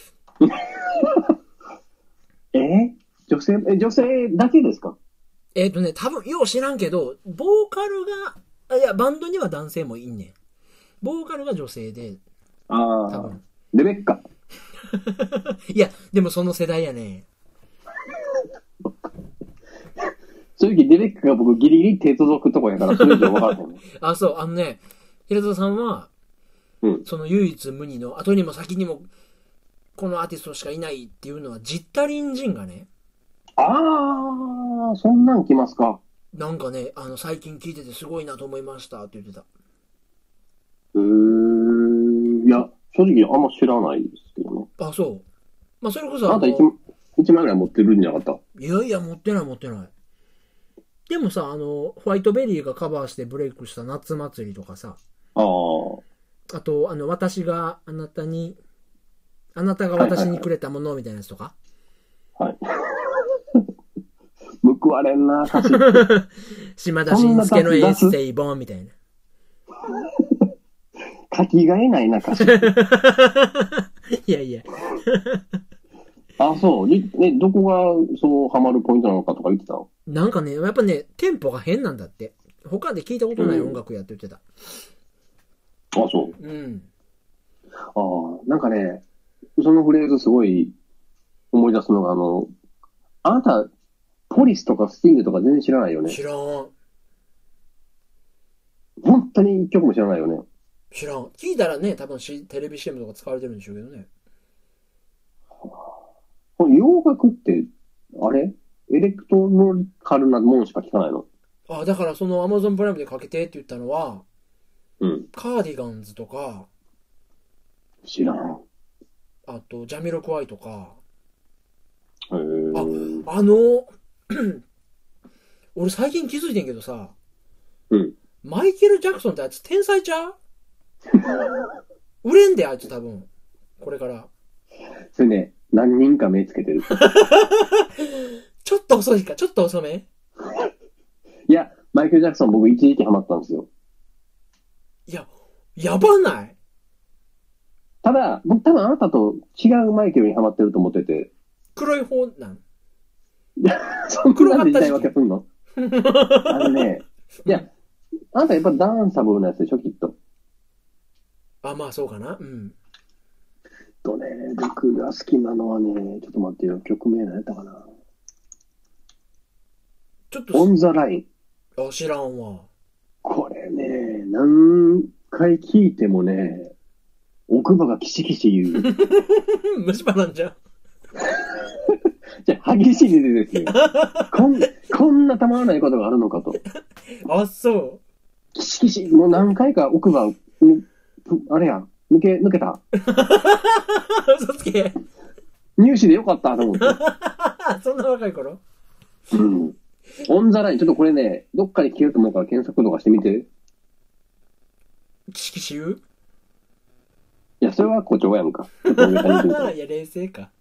え女性、え、女性だけですか？ えっとね、多分、よう知らんけど、ボーカルが、あ、いや、バンドには男性もいんねん。ボーカルが女性で。 ああ。多分。レベッカ。 いや、でもその世代やね。 正直、レベッカが僕ギリギリ手届くとこやから、それ以上分からへん。 あ、そう、あのね、平田さんは、うん、その唯一無二の、後にも先にも、このアーティストしかいないっていうのは、ジッタリンジンがね。 あー、そんなん来ますか。 なんかね、あの、最近聞いててすごいなと思いましたって言ってた。 うーん、いや、正直あんま知らないですけどね。 あ、そう。まあ、それこそ。 あなた 1, 1万ぐらい持ってるんじゃなかった？ いやいや、持ってない持ってない。でもさ、あの、ホワイトベリーがカバーしてブレイクした夏祭りとかさ。ああ。あと、あの、私があなたに、あなたが私にくれたものみたいなやつとか。はい。 報われんな、歌詞。 島田紳介のエッセイ本みたいな。 書きがえないな、歌詞。 いやいや。 あ、そう。にね、どこがそうハマるポイントなのかとか言ってたの？ なんかね、やっぱね、テンポが変なんだって。他で聞いたことない音楽やって言ってた。 うん、あ、そう。 うん。 ああ、なんかね、そのフレーズすごい思い出すのが、あの、あなた、ポリスとかスティングとか全然知らないよね。 知らん。 本当に一曲も知らないよね。 知らん。聞いたらね、多分しテレビ シーエム とか使われてるんでしょうけどね。 この洋楽って、あれエレクトロニカルなものしか聞かないの？ あ、だからその Amazon プライムでかけてって言ったのは、 うん。 カーディガンズとか、 知らん。 あと、ジャミロクワイとか、 へー。 あ、あの、俺最近気づいてんけどさ、 うん。 マイケル・ジャクソンってあいつ天才ちゃう？売れんで、あいつ多分。これから。 それね、何人か目つけてる。 ちょっと遅いか、ちょっと遅め？ いや、マイケル・ジャクソン僕一時期ハマったんですよ。 いや、やばない？ ただ、僕多分あなたと違うマイケルにハマってると思ってて。 黒い方なん？ いや、そんな時代分けすんの？あのね、いや、あなたやっぱダンサブルなやつでしょ、きっと。 あ、まあそうかな。うん。 とね、僕が好きなのはね、ちょっと待ってよ、曲名何やったかな。 ちょっと、 オンザライン。 あ、知らんわ。 これね、何回聞いてもね、奥歯がキシキシ言う。 虫歯なんじゃん。 じゃあ、激しいねですよ。こん、こんなたまらないことがあるのかと。 あ、そう。 キシキシ、もう何回か奥歯、あれや、抜け、抜けた。 嘘つけ。 入試でよかったと思って。 そんな若い頃？ うん。オンザライン、ちょっとこれね、どっかで聞けると思うから検索とかしてみて。 キシキシ言う？ いや、それは誇張やんか。ちょっと上から見てみて。 いや、冷静か。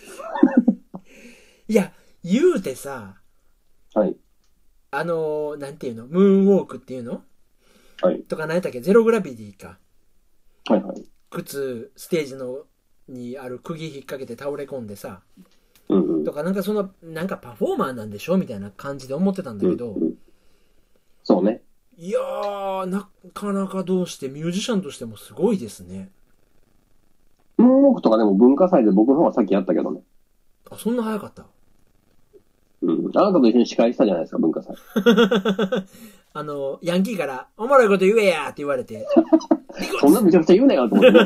いや、言うてさ、 はい。 あのー、なんていうの？ムーンウォークっていうの？ はい。 とか何やったっけ？ゼログラビティか。 はいはい。 靴、ステージの、にある釘引っ掛けて倒れ込んでさ、 うんうん。 とかなんかその、なんかパフォーマーなんでしょみたいな感じで思ってたんだけど、 うんうん、そうね。 いやー、なかなかどうしてミュージシャンとしてもすごいですね。 ムーンウォークとかでも文化祭で僕の方が先やったけどね。 あ、そんな早かった？ うん。あなたと一緒に司会したじゃないですか、文化祭。 あの、ヤンキーから、おもろいこと言えやって言われて。 そんなむちゃくちゃ言うなよと思ってね。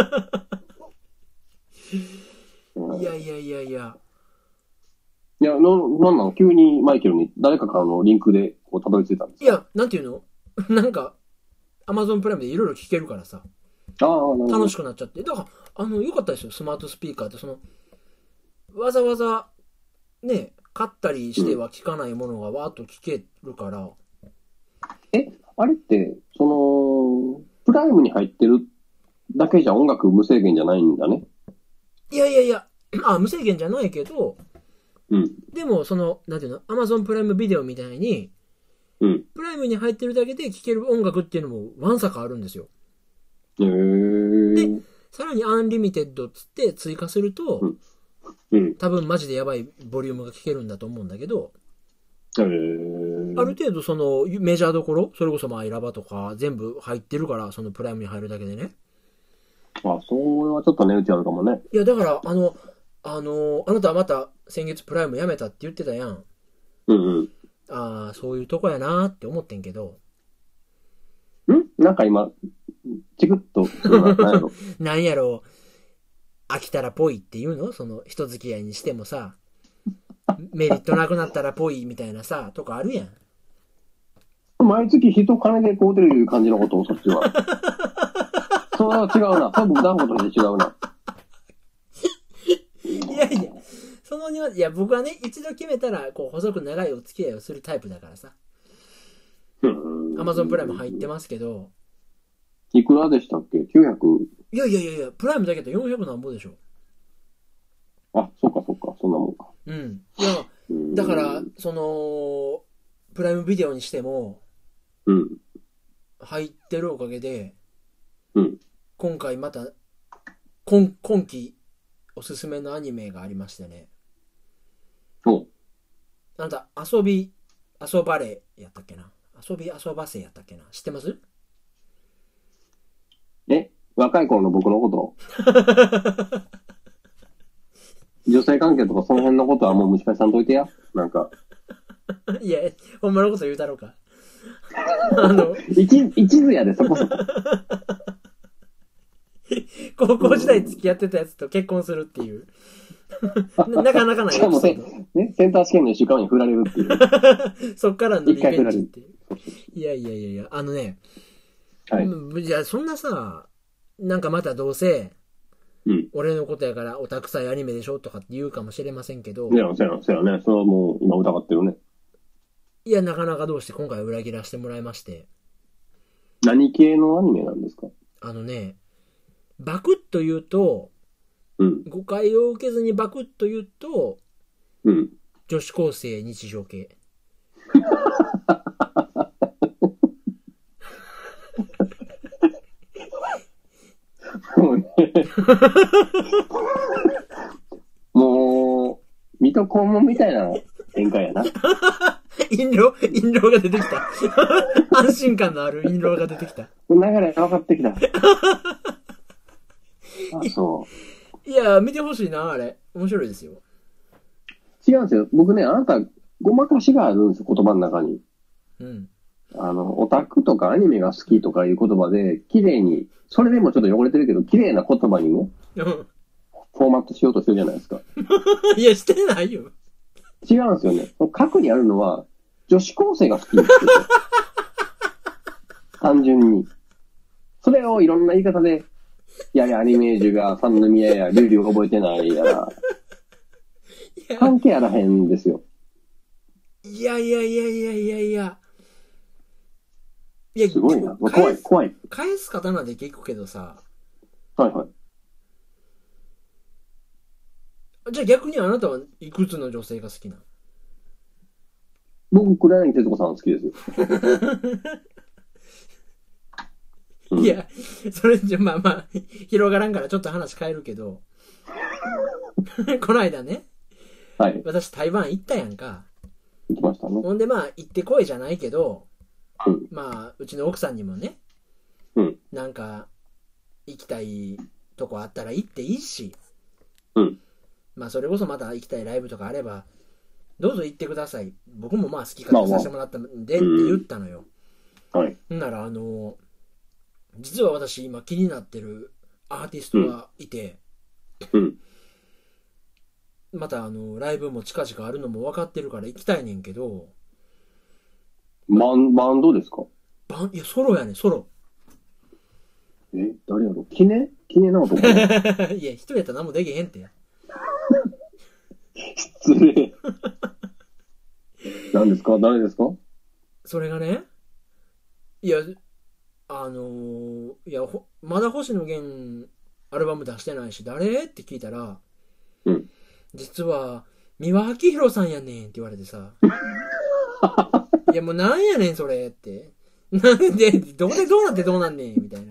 いやいやいやいや。 いや、な、なんなの急にマイケルに誰かからのリンクでこうたどり着いたんですか？ いや、なんていうの？なんか、アマゾンプライムでいろいろ聞けるからさ。 ああ、なるほど。 楽しくなっちゃって。だから、あの、良かったですよ、スマートスピーカーって。その、わざわざ、ね、買ったりしては聞かないものがわーっと聞けるから。 え、あれって、その、プライムに入ってるだけじゃ音楽無制限じゃないんだね。 いやいやいや、あ、無制限じゃないけど、 うん。 でも、その、なんていうの、アマゾンプライムビデオみたいに、 うん。 プライムに入ってるだけで聴ける音楽っていうのもわんさかあるんですよ。 へー。 で、さらにアンリミテッドっつって追加すると、 うんうん、 多分マジでやばいボリュームが聴けるんだと思うんだけど、 へー。 ある程度そのメジャーどころ、それこそまあイラバとか全部入ってるから、そのプライムに入るだけでね。 あ、それはちょっと値打ちあるかもね。 いや、だから、あの、あの、あなたはまた先月プライムやめたって言ってたやん。 うんうん。 ああ、そういうとこやなーって思ってんけど。 んなんか今、チクッとするな、なんやろ。 なんやろう、飽きたらぽいっていうの？その人付き合いにしてもさ、メリットなくなったらぽいみたいなさ、とかあるやん。 毎月人金で買うてるいう感じのことを、そっちは。それは違うな。多分断固として違うな。 いやいや、そのには、いや、僕はね、一度決めたら、こう、細く長いお付き合いをするタイプだからさ。アマゾンプライム入ってますけど。 いくらでしたっけ ?きゅうひゃく。 いやいやいやいや、プライムだけだとよんひゃくなんぼでしょ。 あ、そっかそっか、そんなもんか。 うん。いや、だから、その、プライムビデオにしても、 うん。 入ってるおかげで、 うん。 今回また、今、今期、 おすすめのアニメがありましてね。 おなんだ、遊び、遊ばれやったっけな。遊び遊ばせやったっけな。知ってます？ え、若い頃の僕のこと女性関係とかその辺のことはもう蒸し返さんといてや。なんか。 いや、ほんまのこと言うたろうか。あの、 一、一途やで、そこそこ。 高校時代付き合ってたやつと結婚するっていう。な, なかなかないエピソード。 しかもせ、ね、センター試験のいっしゅうかんに振られるっていう。 そっからのリベンジっていう。いやいやいやいや、あのね、 はい。 いや、そんなさ、なんかまたどうせ、 うん。 俺のことやからオタクさいアニメでしょとかって言うかもしれませんけど。 いや、そうやな、そうやね。それはもう今疑ってるね。 いや、なかなかどうして今回裏切らせてもらいまして。 何系のアニメなんですか？ あのね、バクッと言うと、 うん。 誤解を受けずにバクッと言うと、 うん。 女子高生日常系。 もうね。もう、水戸黄門みたいな展開やな。 印籠印籠が出てきた。安心感のある印籠が出てきた。 流れ分かってきた。あ、そう。 いや、見てほしいな、あれ。面白いですよ。 違うんですよ。僕ね、あなた、ごまかしがあるんですよ、言葉の中に。 うん。 あの、オタクとかアニメが好きとかいう言葉で、綺麗に、それでもちょっと汚れてるけど、綺麗な言葉にね、 うん。 フォーマットしようとしてるじゃないですか。 いや、してないよ。 違うんですよね。核にあるのは、女子高生が好きですよ。単純に。それをいろんな言い方で、やれアニメージュが三宮やルールを覚えてないやら、関係あらへんですよ。 いやいやいやいやいやいや。いや、 すごいな。怖い、怖い。 返す刀で聞くけどさ。 はいはい。 じゃあ逆にあなたはいくつの女性が好きなの？ 僕、黒柳徹子さん好きですよ。 うん、いや、それじゃまあまあ、広がらんからちょっと話変えるけど、この間ね、 はい。 私台湾行ったやんか。 行きましたね。 ほんでまあ、行ってこいじゃないけど、 うん、 まあ、うちの奥さんにもね、 うん、 なんか、行きたいとこあったら行っていいし、 うん、 まあ、それこそまた行きたいライブとかあれば、どうぞ行ってください。僕もまあ好き勝手させてもらったんでって言ったのよ。 まあまあ、はい。 なら、あの、実は私今気になってるアーティストがいて、 うん、 またあの、ライブも近々あるのも分かってるから行きたいねんけど、 バン、バンドですか？ バン、いや、ソロやねん、ソロ。 え、誰やろ？キネ？キネなのとか。 いや、一人やったら何もできへんって。 失礼。何ですか？誰ですか？ それがね、いや、あのー、いや、まだ星野源アルバム出してないし、誰って聞いたら、 うん。 実は、三輪明宏さんやねんって言われてさ。いや、もうなんやねん、それって。なんで、どうでどうなってどうなんねんみたいな。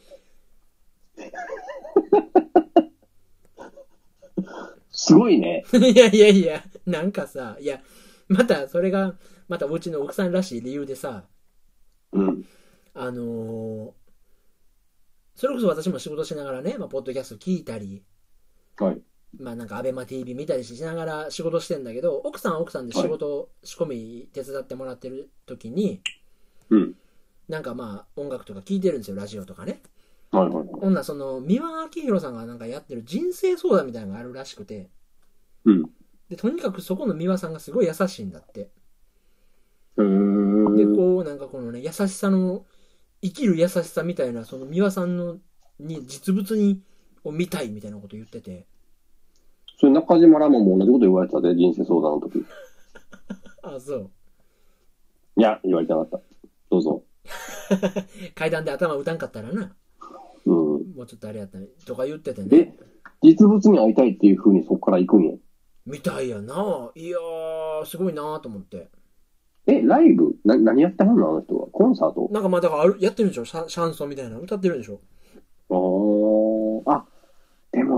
すごいね。 いやいやいや、なんかさ、いや、またそれが、またうちの奥さんらしい理由でさ、 うん。 あのー、それこそ私も仕事しながらね、まあ、ポッドキャスト聞いたり、 はい。 まあなんかアベマ ティーブイ 見たりしながら仕事してんだけど、奥さんは奥さんで仕事、はい、仕込み手伝ってもらってる時に、 うん。 なんかまあ音楽とか聞いてるんですよ、ラジオとかね。 はいはいはい。 ほんならその、三輪明宏さんがなんかやってる人生相談みたいなのがあるらしくて、 うん。 で、とにかくそこの三輪さんがすごい優しいんだって。 へー。 で、こう、なんかこのね、優しさの、生きる優しさみたいな、その三輪さんの、に、実物に、を見たいみたいなこと言ってて。 それ中島ラモンも同じこと言われてたで、人生相談の時。 あ、そう。 いや、言われてなかった。どうぞ。 階段で頭打たんかったらな。 うん。 もうちょっとあれやったね。とか言っててね。 え、実物に会いたいっていう風にそこから行くんや。 みたいやな。いやー、すごいなと思って。 え、ライブな、何やってはんのあの人は。コンサートなんかまあだからある、やってるんでしょシャ、シャンソンみたいなの歌ってるんでしょ。 あー。あ、でも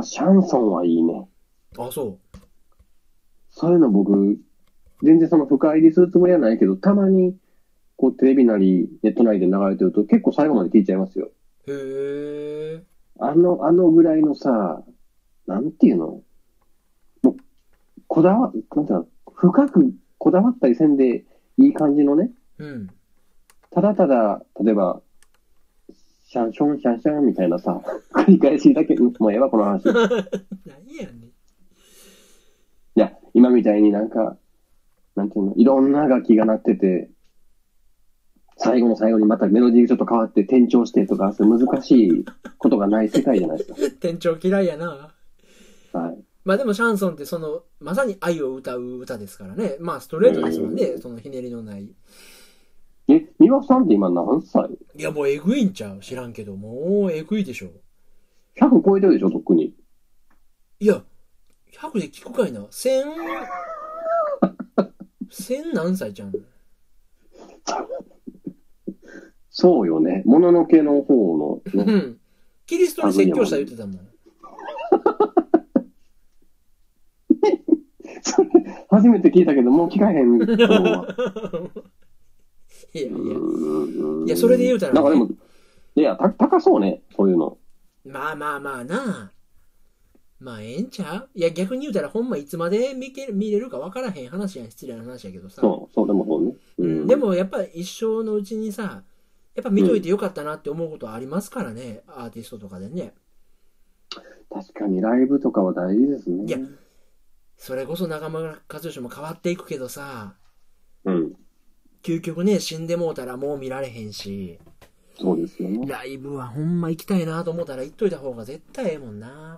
シャンソンはいいね。 あ、そそういうの僕、全然その深入りするつもりはないけど、たまに、こうテレビなり、ネットなりで流れてると結構最後まで聞いちゃいますよ。 う。へえ。 あの、あのぐらいのさ、なんていうのもう、こだわ、なんていうの、深くこだわったりせんでいい感じのね、 うん。 ただただ、例えば、シャンションシャンシャンみたいなさ、繰り返しだけ、もうええわ、この話。い何やねん。 や、今みたいになんか、なんていうの、いろんな楽器が鳴ってて、最後の最後にまたメロディーがちょっと変わって転調してとか、そういう難しいことがない世界じゃないですか。 店長嫌いやな。 はい。 まあでもシャンソンってその、まさに愛を歌う歌ですからね。まあストレートですもんね。そのひねりのない。 え、三輪さんって今何歳？ いやもうえぐいんちゃう知らんけど、もうえぐいでしょ。 ひゃく超えてるでしょ、とっくに。 いや、ひゃくで聞くかいな。千、千何歳ちゃうの？ そうよね。もののけの方の、 うね。 ん。キリストに説教した言ってたもん。 それ初めて聞いたけど、もう聞かへん。 いやいや。いや、それで言うたら、ね、 なんかでも、いや、た、高そうね、そういうの。 まあまあまあな。まあええんちゃう？いや、逆に言うたらほんまいつまで見け見れるか分からへん話やん。失礼な話やけどさ。 そう、そうでもそうね。 うん。でもやっぱ一生のうちにさ、やっぱ見といてよかったなって思うことはありますからね。うん、アーティストとかでね。 確かにライブとかは大事ですね。 いや、それこそ中村和義も変わっていくけどさ。 うん。 究極ね、死んでもうたらもう見られへんし。 そうですよね。 ライブはほんま行きたいなと思ったら行っといた方が絶対ええもんな。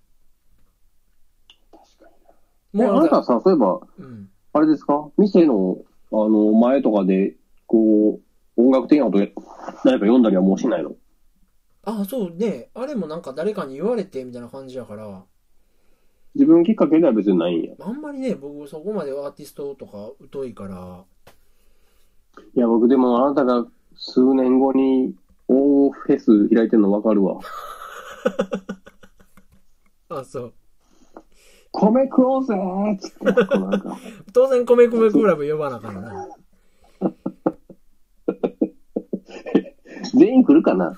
確かに。もうあなたさ、そういえば、うん、あれですか店の、あの、前とかで、こう、音楽的なこと誰か読んだりはもうしないの？ ああ、そうね。あれもなんか誰かに言われてみたいな感じやから。 自分きっかけでは別にないんや。 あんまりね、僕そこまでアーティストとか疎いから。 いや、僕でもあなたが数年後に大フェス開いてるの分かるわ。 あ、そう。 米食おうぜーっつって。なんか当然米米クラブ呼ばなあかんな。 全員来るかな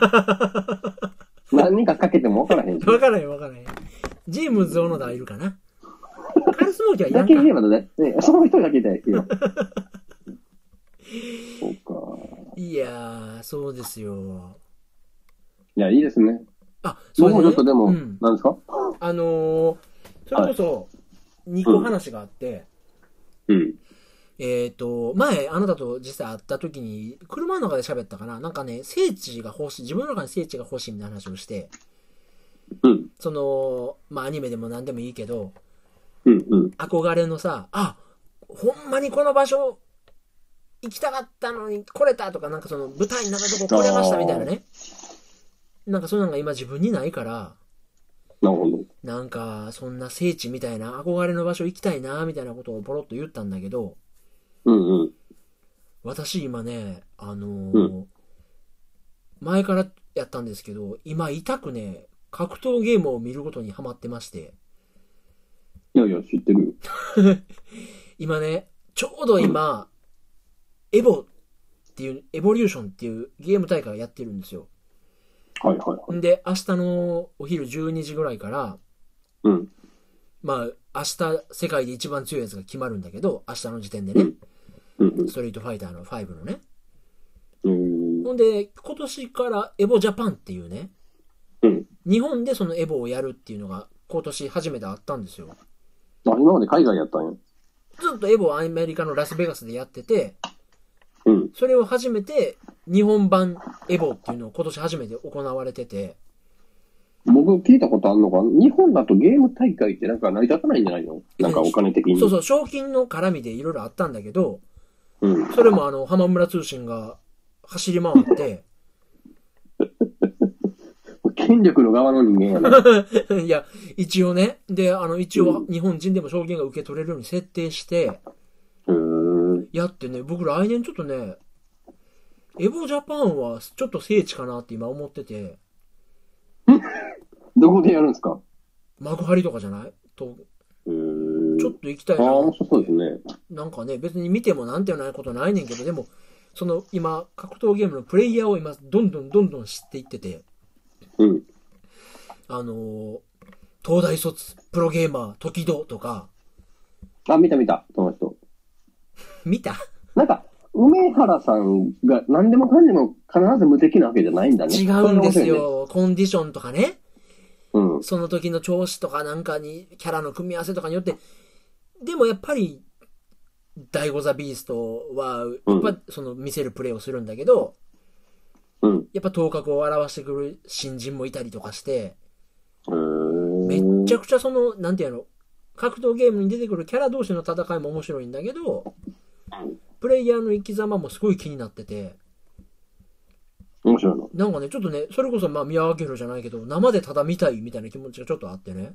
何人かかけても分からへんし。 分からへん分からへん。ジームズ・オノダいるかな。カルスモーキはいらんか。 だけ言えばね、ね、その一人だけで言えば。そうか。 いやー、そうですよ。 いや、いいですね。 あ、そうですね。 僕もちょっとでも、 うん、 何ですか？ あのー、それこそ、にこ話があって、 うん。うん、 えっと、前、あなたと実際会った時に、車の中で喋ったかな。なんかね、聖地が欲しい、自分の中に聖地が欲しいみたいな話をして、 うん。 その、まあ、アニメでも何でもいいけど、 うんうん。 憧れのさ、あ、ほんまにこの場所、行きたかったのに来れたとか、なんかその舞台になったとこ来れましたみたいなね。なんかそういうのが今自分にないから、 なるほど。 なんかそんな聖地みたいな憧れの場所行きたいなみたいなことをポロッと言ったんだけど、 うんうん。 私今ね、あのーうん、 前からやったんですけど、今痛くね、格闘ゲームを見ることにハマってまして。 いやいや、知ってるよ。 今ね、ちょうど今、うん、エボっていう、エボリューションっていうゲーム大会をやってるんですよ。 はいはいはい。 で、明日のお昼じゅうにじぐらいから、 うん。 まあ、明日世界で一番強いやつが決まるんだけど、明日の時点でね。 うんうんうん、 ストリートファイターのごのね。 うん。 ほんで、今年からエボジャパンっていうね、 うん、 日本でそのエボをやるっていうのが今年初めてあったんですよ。あ、 今まで海外やったんや。 ずっとエボはアメリカのラスベガスでやってて、 うん、 それを初めて日本版エボっていうのを今年初めて行われてて、 僕聞いたことあるのか、日本だとゲーム大会ってなんか成り立たないんじゃないの？なんかお金的に。 そうそう、賞金の絡みでいろいろあったんだけど、 うん、 それもあの浜村通信が走り回って権力の側の人間やね。 いや、一応ね、で、あの、一応日本人でも賞金が受け取れるように設定して、 うん、 やってね、僕来年ちょっとね、エボジャパンはちょっと聖地かなって今思ってて。 どこでやるんですか？ 幕張とかじゃないと、 うーん。 ちょっと行きたいああ、 な。 面白そうですね。 なんかね、別に見てもなんてないことないねんけど、でも、その今、格闘ゲームのプレイヤーを今、どんどんどんどん知っていってて、 うん。 あのー、東大卒、プロゲーマー、時戸とか、 あ、見た見た、その人。 見たなんか、梅原さんが何でもかんでも必ず無敵なわけじゃないんだね。 違うんですよ。コンディションとかね。 うん。 その時の調子とかなんかに、キャラの組み合わせとかによって、でもやっぱり、ダイゴザビーストは、やっぱその見せるプレーをするんだけど、 うん。 やっぱ頭角を表してくる新人もいたりとかして、 へーめっちゃくちゃその、なんていうの、格闘ゲームに出てくるキャラ同士の戦いも面白いんだけど、プレイヤーの生き様もすごい気になってて、 面白いの。 なんかね、ちょっとね、それこそまあ宮脇宏じゃないけど、生でただ見たいみたいな気持ちがちょっとあってね。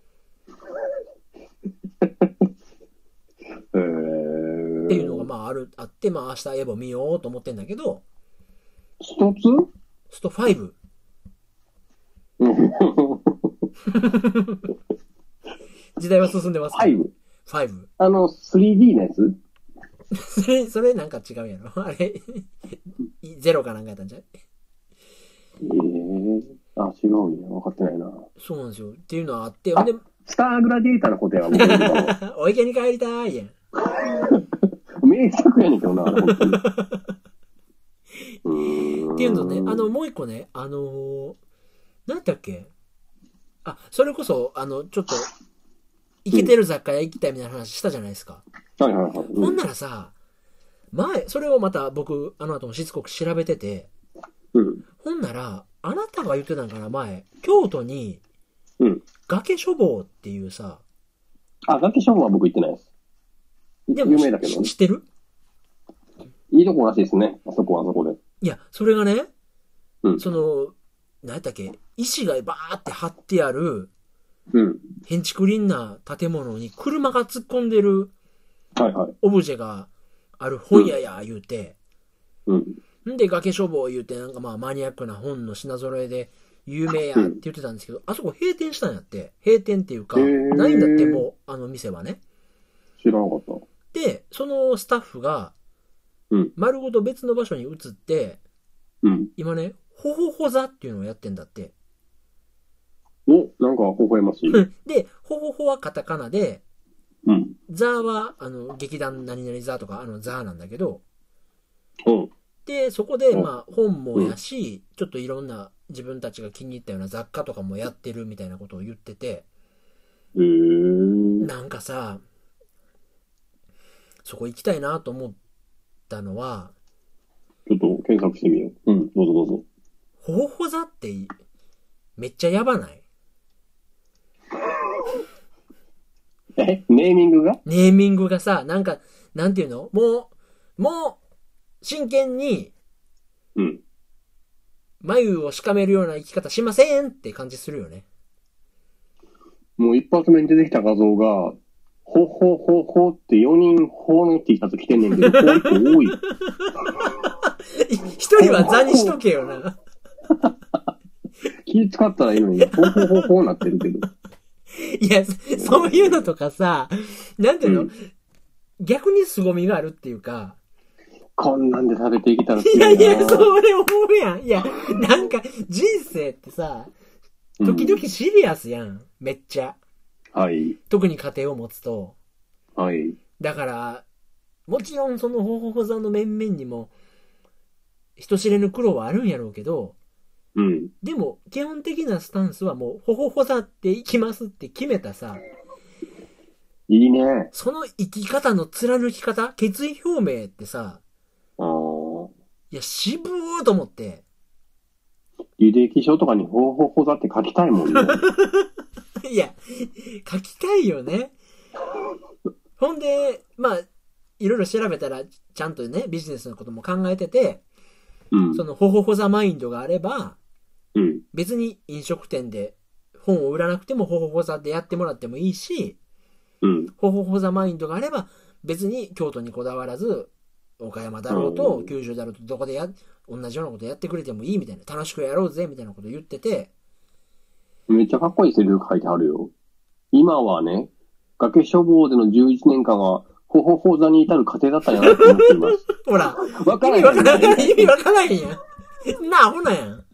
へーっていうのがまあある、あって、まあ明日エボ見ようと思ってんだけど、 ストツストファイブ。時代は進んでます、 ファイブ。 ファイブ。 あの、スリーディー のやつそれ、それなんか違うやろあれ、ゼロかなんかやったんじゃないええー。あ、違うんや。分かってないな。 そうなんですよ。っていうのはあって、 あで、 スターグラディエーターのことやわ、僕は。 お池に帰りたいやん。 名作やねんけどな、あれ本当に。うーん。 っていうのね、あの、もう一個ね、あのー、なんだっけあ、それこそ、あの、ちょっと、イケてる雑貨屋行きたいみたいな話したじゃないですか。 はいはいはい。うんほんならさ、前、それをまた僕、あの後もしつこく調べてて、 うん。 ほんなら、あなたが言ってたんかな、前、京都に、 うん。 崖書房っていうさ、 あ、崖処分は僕行ってないです。 でも有名だけどね。 知ってるいいとこらしいですね。あそこはあそこで。 いや、それがね、 うん。 その、何やったっけ、石がバーって張ってある、 うん。 建築林な建物に車が突っ込んでるはいはい。 オブジェがある本屋や言うて、 うん。 んで崖書房言うてなんかまあマニアックな本の品揃えで有名やって言ってたんですけど、あそこ閉店したんやって。閉店っていうか、 へーないんだってもう、あの店はね。 知らなかった。 で、そのスタッフが、 うん。 丸ごと別の場所に移って、 うん。 今ね、ほほほ座っていうのをやってんだって。 お、なんか微笑ましい。 で、ほほほはカタカナで、 うん。 ザーは、あの、劇団何々ザーとか、あの、ザーなんだけど、 うん。 で、そこで、 うんまあ、本もやし、ちょっといろんな自分たちが気に入ったような雑貨とかもやってるみたいなことを言ってて、 へー。 なんかさ、そこ行きたいなと思ったのは、 ちょっと検索してみよう。うん。どうぞどうぞ。 ほほほ座ってめっちゃやばない？ えネーミングがネーミングがさ、なんか、なんていうのもう、もう、真剣に、 うん。 眉をしかめるような生き方しませんって感じするよね。 もう一発目に出てきた画像が、ほほほほってよにんほの T シャツ着てんねんけど、ほう一個多い。 一人は座にしとけよな。 気使ったらいいのに、ほほほほなってるけど。 いや、そういうのとかさ、なんていうの、うん、逆に凄みがあるっていうか、 こんなんで食べていけたらいやいや、それ思うやん。いや、なんか、人生ってさ、時々シリアスやん。うん、めっちゃ。 はい。 特に家庭を持つと。 はい。 だから、もちろんそのほほほ座の面々にも、人知れぬ苦労はあるんやろうけど、 うん。 でも、基本的なスタンスはもう、ほほほ座っていきますって決めたさ、 いいね。 その生き方の貫き方、決意表明ってさ、 ああ。 いや、渋ーと思って。 履歴書とかにほほほ座って書きたいもんね。 いや、書きたいよね。ほんで、まあ、いろいろ調べたら、ちゃんとね、ビジネスのことも考えてて、 うん、 そのほほほ座マインドがあれば、 うん、 別に飲食店で本を売らなくてもほほほ座でやってもらってもいいし、 うん、 ほほほ座マインドがあれば、別に京都にこだわらず、岡山だろうと、九州だろうと、どこでや、同じようなことやってくれてもいいみたいな、楽しくやろうぜみたいなこと言ってて、 めっちゃかっこいいセリフ書いてあるよ。 今はね、崖処方でのじゅういちねんかんは、ほほほ座に至る過程だったんやなと思っています。 ほら。 わから意味わからん、意味わからんやん。なあ、ほなやん。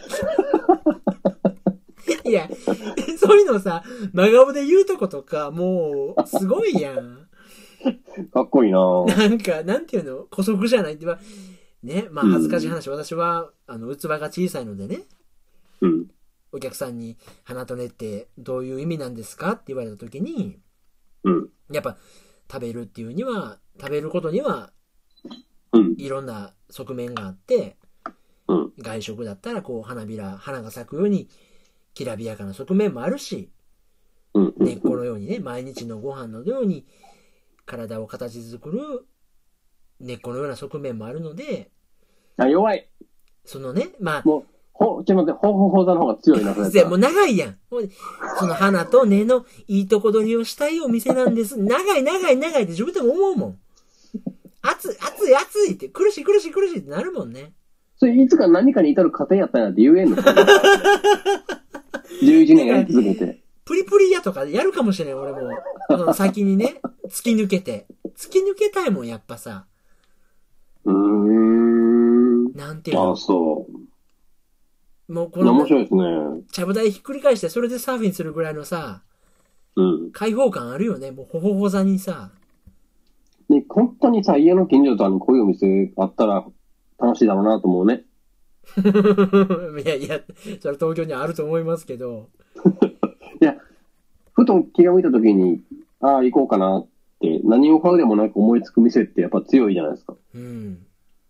いや、そういうのさ、真顔で言うとことか、もう、すごいやん。 かっこいいなぁ。 なんか、なんていうの姑息じゃないってば、ね、まあ恥ずかしい話、うん、私は、あの、器が小さいのでね、 うん。 お客さんに、花とねってどういう意味なんですかって言われたときに、 うん。 やっぱ、食べるっていうには、食べることには、 うん。 いろんな側面があって、 うん。 外食だったら、こう、花びら、花が咲くように、きらびやかな側面もあるし、 うん。 根っこのようにね、毎日のご飯のように、体を形作る根っこのような側面もあるので、 あ、弱い。 そのね、まあ、 もう、ほ、ちょっと待って、ほほほ座の方が強いな、それ。 もう長いやん。その花と根のいいとこ取りをしたいお店なんです。長い長い長いって自分でも思うもん。熱い熱い熱いって、苦しい苦しい苦しいってなるもんね。 それいつか何かに至る過程やったんやって言えんのじゅういちねんやり続けて。 プリプリやとかやるかもしれん、俺も。その先にね、突き抜けて。突き抜けたいもん、やっぱさ。 うーん。 なんていうの。 あ、そう。 もうこの、 面白いですね。 ちゃぶ台ひっくり返して、それでサーフィンするぐらいのさ、 うん。 開放感あるよね、もうほほほ座にさ。 で、本当にさ、家の近所さんにこういうお店あったら楽しいだろうなと思うね。 いやいや、それ東京にはあると思いますけど。 いや、ふと気が向いた時に、ああ、行こうかなって、何を買うでもなく思いつく店ってやっぱ強いじゃないですか。 うん。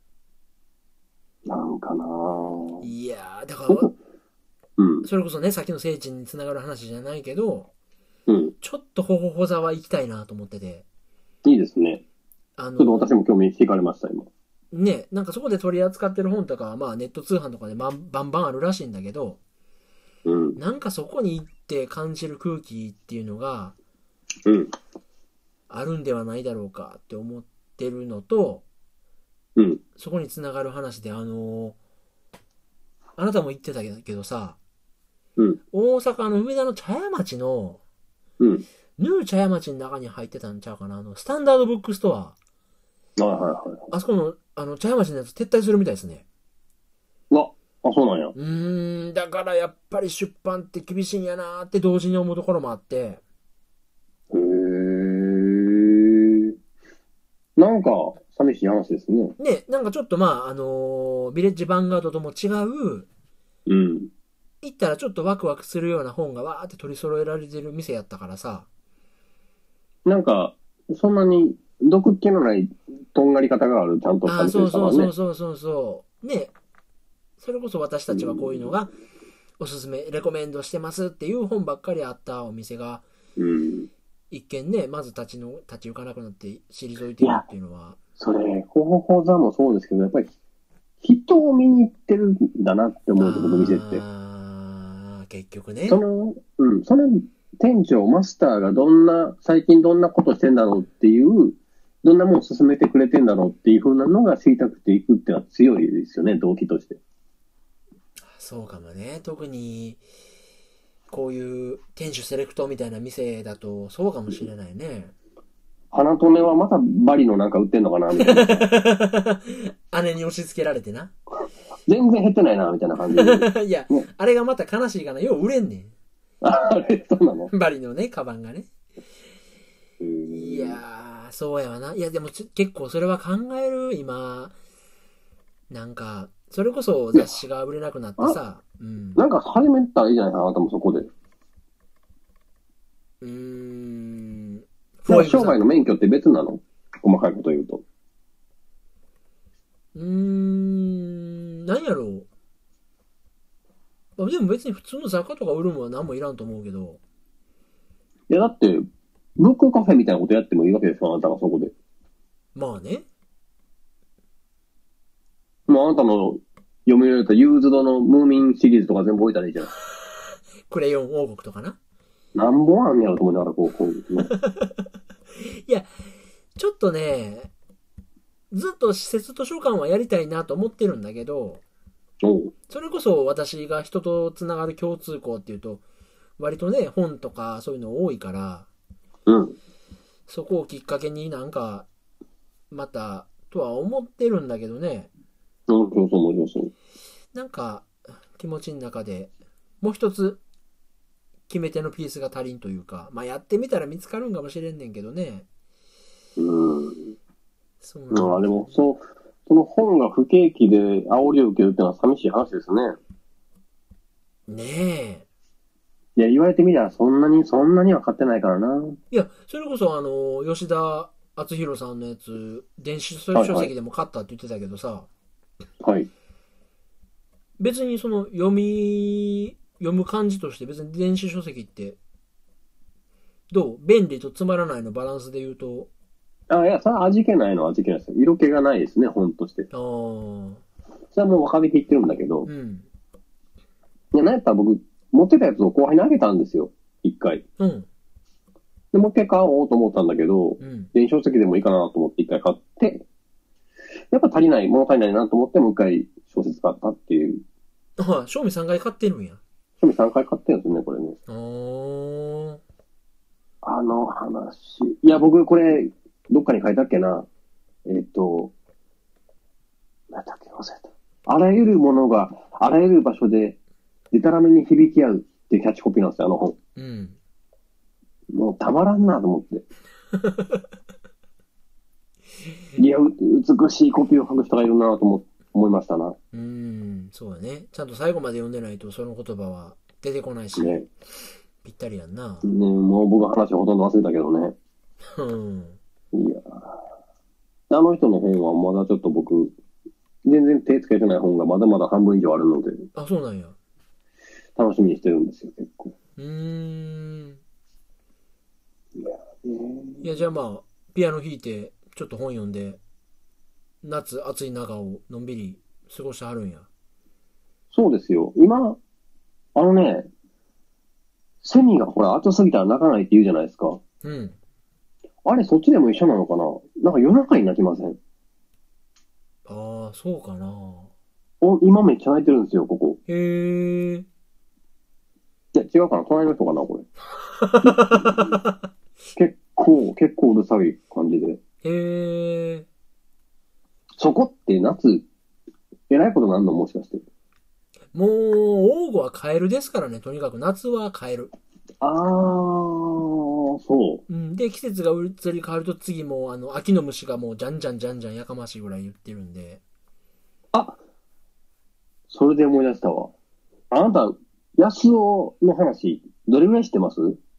なんかなぁ。 いやー、だから、 うん。 それこそね、さっきの聖地につながる話じゃないけど、 うん。 ちょっとほほほ座は行きたいなと思ってて。 いいですね。 あの、 ちょっと私も興味惹かれました、今。 ね、なんかそこで取り扱ってる本とかは、まあネット通販とかでバンバンバンあるらしいんだけど、 うん。 なんかそこに行って感じる空気っていうのが、 うん。 あるんではないだろうかって思ってるのと、 うん。 そこにつながる話で、あのー、あなたも言ってたけどさ、 うん。 大阪の梅田の茶屋町の、 うん。 ヌー茶屋町の中に入ってたんちゃうかな、あの、スタンダードブックストア。 はいはいはい。 あそこの、あの、茶屋町のやつ撤退するみたいですね。 うわ、あ、そうなんや。 うーん、だからやっぱり出版って厳しいんやなーって同時に思うところもあって。 へー。なんか、寂しい話ですね。 ね、なんかちょっとまあ、あのー、ビレッジヴァンガードとも違う、 うん。 行ったらちょっとワクワクするような本がわーって取り揃えられてる店やったからさ。 なんか、そんなに毒気のないとんがり方がある、ちゃんとしたあ、 店そうそうでしたからね。 そうそうそうそうね、それこそ私たちはこういうのがおすすめレコメンドしてますっていう本ばっかりあったお店が、 うん。 一見ね、まず立ちの立ち行かなくなって退いているっていうのは、 それ、ほほほ座もそうですけど、やっぱり人を見に行ってるんだなって思うと、僕店って。 あー、結局ね。 その、うん、その店長、マスターがどんな、最近どんなことしてんだろうっていう、どんなものを進めてくれてんだろうっていう風なのが知りたくていくっていうのは強いですよね、動機として。 そうかもね。特に、こういう店主セレクトみたいな店だとそうかもしれないね。 花とねはまたバリのなんか売ってんのかなみたいな。 姉に押し付けられてな。 全然減ってないな、みたいな感じで。 いや、ね、あれがまた悲しいかな。よう売れんねん。 あれ、そうなの？ バリのね、カバンがね。いやー、そうやわな。いや、でも結構それは考える、今。なんか、それこそ雑誌が売れなくなってさ。うん、 なんか始めたらいいじゃないかな、あともそこで。 うーん。 商売の免許って別なの？細かいこと言うと。 うーん、何やろう。でも別に普通の雑貨とか売るのは何もいらんと思うけど。 いや、だって、ブックカフェみたいなことやってもいいわけでしょ、あなたがそこで。 まあね。 まあ、あなたの読みられたユーズドのムーミンシリーズとか全部置いたらいいじゃん。 クレヨン王国とかな。 何本あんねやろと思いながら、こう、こう、ね。 いや、ちょっとね、ずっと施設図書館はやりたいなと思ってるんだけど、 おう。 それこそ私が人とつながる共通項っていうと、 割とね、本とかそういうの多いから、 うん。 そこをきっかけになんか、また、とは思ってるんだけどね。 うん、そうそう、面白そう。 なんか、気持ちの中で、もう一つ、決め手のピースが足りんというか、まあやってみたら見つかるんかもしれんねんけどね。 うん。 そうなんああ、でも、そう、その本が不景気で煽りを受けるってのは寂しい話ですね。 ねいや、言われてみたらそんなに、そんなには買ってないからな。 え。いや、それこそあの、吉田篤弘さんのやつ、電子書籍でも買ったって言ってたけどさ、 はい。 別にその読み、読む感じとして別に電子書籍って、どう便利とつまらないのバランスで言うと、 あ、いや、それは味気ないのは味気ないですよ。色気がないですね、本として。 ああ、 それはもう分かりきってるんだけど。 うん。 いや、なんやったら僕、持ってたやつを後輩にあげたんですよ。一回。 うん。 で、もう一回買おうと思ったんだけど、 うん。 電子書籍でもいいかなと思って一回買って、やっぱ足りない、物足りないなと思ってもう一回小説買ったっていう。 ああ、賞味さんかい買ってるんや。 賞味さんかい買ってるんですね、これね。 あー。 あの話。いや、僕これ、どっかに書いたっけな。えっと、なんだっけ、忘れた。あらゆるものが、あらゆる場所で、でたらめに響き合うっていうキャッチコピーなんですよ、あの本。 うん。 もうたまらんなと思って。いや、美しいコピーを書く人がいるなと思思いましたな。 うーん、そうだね。ちゃんと最後まで読んでないとその言葉は出てこないし、 ね。 ぴったりやんな。 ね、もう僕は話ほとんど忘れたけどね。 うん。 いやあの人の本はまだちょっと僕、全然手つけてない本がまだまだ半分以上あるので、 あ、そうなんや。 楽しみにしてるんですよ、結構。 うーん。 いや、ね、 いや、じゃあまあ、ピアノ弾いて、ちょっと本読んで、夏暑い中をのんびり過ごしてはるんや。 そうですよ。今、あのね、セミがほら、暑すぎたら泣かないって言うじゃないですか。 うん。 あれ、そっちでも一緒なのかな。なんか夜中に泣きません？ ああ、そうかな。 お、今めっちゃ泣いてるんですよ、ここ。 へえ。 いや、違うかな。隣の人かな、これ。結構、結構うるさい感じで。 へえ。 そこって夏、えらいことなんのもしかして。 もう、王吾はカエルですからね。とにかく夏はカエル。 あー、そうん。で、季節が移り変わると次もう、あの、秋の虫がもう、じゃんじゃんじゃんじゃんやかましいぐらい言ってるんで。 あ、それで思い出したわ。あなた、安尾の話、どれぐらい知ってます？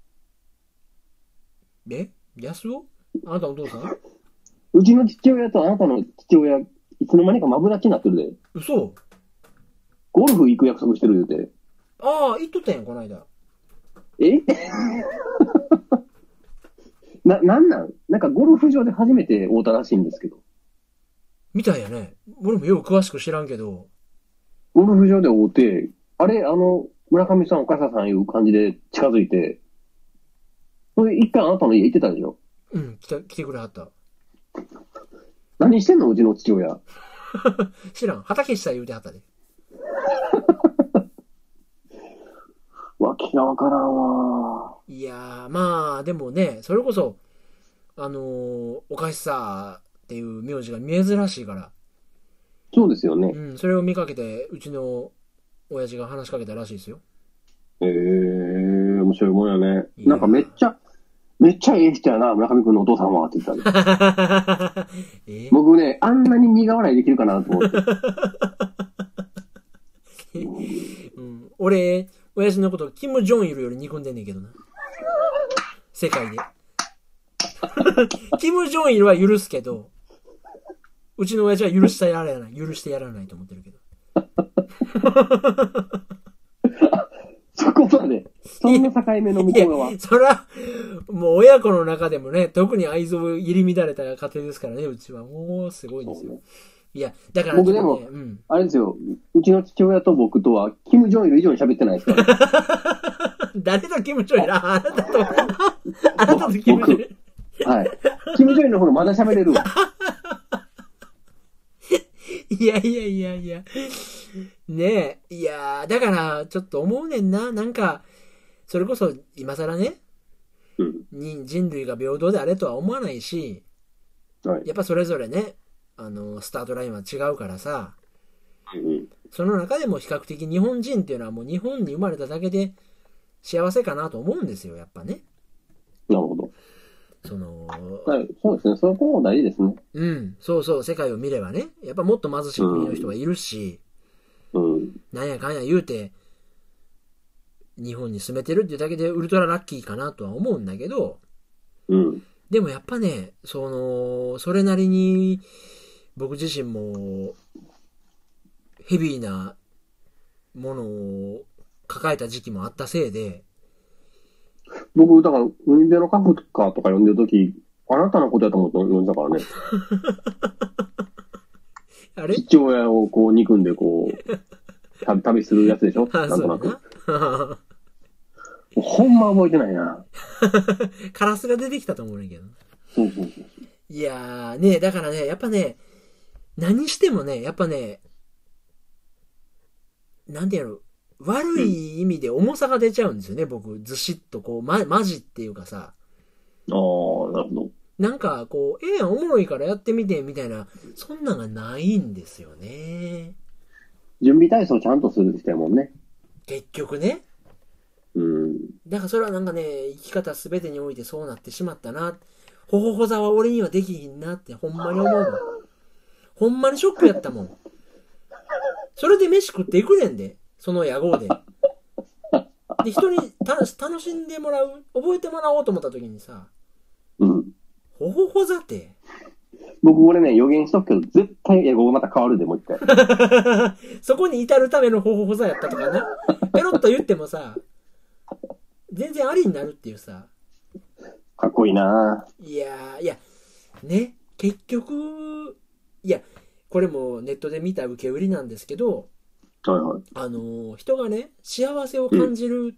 え安尾あなたお父さん？ うちの父親とあなたの父親、いつの間にかマブダチになってるで。 嘘？ ゴルフ行く約束してる言うて。 ああ、言っとったやん、この間。 えな、なんなんなんかゴルフ場で初めて会うたらしいんですけど。 みたいやね。俺もよく詳しく知らんけど。 ゴルフ場で会うて、あれ、あの、村上さん、岡下さんいう感じで近づいて、それで一回あなたの家行ってたでしょ？ うん、来た、来てくれはった。 何してんのうちの父親。 知らん。畑下言うてはったで。 わけがわからんわ。 いやー、まあ、でもね、それこそ、あのー、おかしさっていう名字が珍しいから。 そうですよね。 うん、それを見かけて、うちの親父が話しかけたらしいですよ。 ええー、面白いもんやね。 いやなんかめっちゃ、めっちゃええ人やな、村上くんのお父さんはって言ったで。 え僕ね、あんなに苦笑いできるかなと思って。 うん、俺、親父のこと、キム・ジョンイルより憎んでんねんけどな。世界で。キム・ジョンイルは許すけど、うちの親父は許してやらない。許してやらないと思ってるけど。 そこまで。そんな境目の向こう側。 いや、そら、もう親子の中でもね、特に愛情入り乱れた家庭ですからね、うちは。もうすごいんですよ。いや、だから、ね、 僕でも、 うん、 あれですよ、うちの父親と僕とは、キム・ジョンイル以上に喋ってないですから、ね。 誰とキム・ジョンイル？あ、あなたと、あなたとキム・ジョンイル。 はい。キム・ジョンイルの方がまだ喋れるわ。 いやいやいやいや。ねえ。いやだから、ちょっと思うねんな。なんか、 それこそ今更ね、 うん。 に人類が平等であれとは思わないし、 はい。 やっぱそれぞれね、あの、スタートラインは違うからさ、 うん。 その中でも比較的日本人っていうのはもう日本に生まれただけで幸せかなと思うんですよ、やっぱね。 なるほど。 その、 はい。そうですね。そこも大事ですね。 うん、そうそう、世界を見ればね、やっぱもっと貧しい国の人がいるし、 うん。 なんやかんや言うて、日本に住めてるっていうだけでウルトララッキーかなとは思うんだけど、 うん。 でもやっぱね、その、それなりに僕自身もヘビーなものを抱えた時期もあったせいで、 僕、だから、海辺のカフカとか読んでるとき、あなたのことやと思って読んでたからね。 あれ父親をこう憎んでこう、旅旅するやつでしょあ、 なんとなく。 そうやな。 ほんま覚えてないな。 カラスが出てきたと思うんやけど。 そうそうそう。 いやーね、だからね、やっぱね、何してもね、やっぱね、なんてやろ、悪い意味で重さが出ちゃうんですよね、僕。ずしっとこう、ま、マジっていうかさ。 ああ、なるほど。 なんかこう、ええやん、おもろいからやってみて、みたいな、そんなんがないんですよね。 準備体操ちゃんとする人やもんね。 結局ね。 うん。 だからそれはなんかね、生き方すべてにおいてそうなってしまったな。ほほほざは俺にはできひんなってほんまに思うもん。ほんまにショックやったもん。それで飯食っていくねんで。その野号で。で、人にた楽しんでもらう、覚えてもらおうと思った時にさ、 うん。 ほほほざって。 僕、俺ね、予言しとくけど、絶対英語がまた変わるで、もう一回。 そこに至るためのほほほざやったとかな。ペロッと言ってもさ、全然ありになるっていうさ。 かっこいいないやー、いや、ね、結局、いや、これもネットで見た受け売りなんですけど、 はいはい。 あのー人がね、幸せを感じる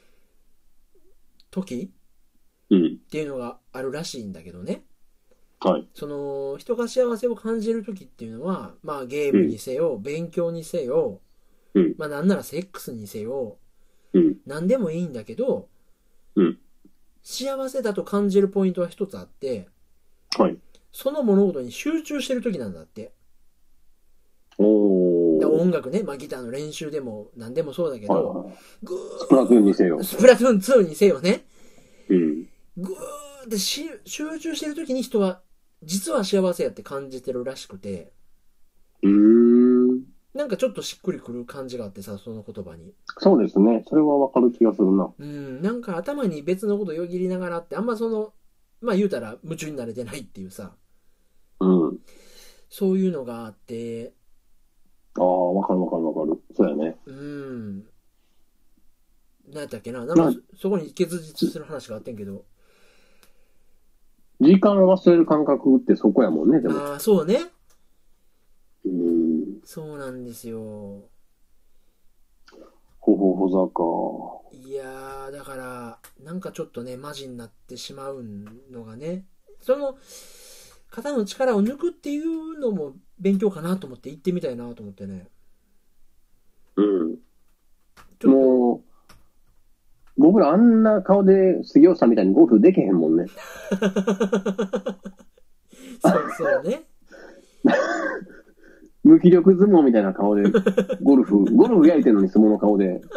時うん。 っていうのがあるらしいんだけどね。 はい。 その、人が幸せを感じる時っていうのは、まあゲームにせよ、勉強にせよ、 うん。 まあなんならセックスにせよ、 うん。 なんでもいいんだけど、 うん。 幸せだと感じるポイントは一つあって、 はい。 その物事に集中してる時なんだって。 おー。 音楽ね、まあギターの練習でも何でもそうだけど、 はいはい、 ぐスプラトゥーンにせよ。 スプラトゥーンツーにせよね。 うん。 ぐーってし集中してる時に人は実は幸せやって感じてるらしくて、 うーん。 なんかちょっとしっくりくる感じがあってさ、その言葉に。 そうですね。それはわかる気がするな。 うん、なんか頭に別のことよぎりながらって、あんまその、まあ言うたら夢中になれてないっていうさ、 うん。 そういうのがあって、 ああ、わかるわかるわかる。そうやね。 うん。何やったっけな、なんかそそこに結実する話があってんけど。 時間を忘れる感覚ってそこやもんね、でも。 ああ、そうね。 うん。 そうなんですよ。 ほほほざか。 いやー、だから、なんかちょっとね、マジになってしまうのがね、その、肩の力を抜くっていうのも勉強かなと思って行ってみたいなと思ってね。 うん。 ちょっもう、僕らあんな顔で杉尾さんみたいにゴルフできへんもんね。 と、そうそうね。 無気力相撲みたいな顔で、ゴルフ、ゴルフ焼いてるのに相撲の顔で。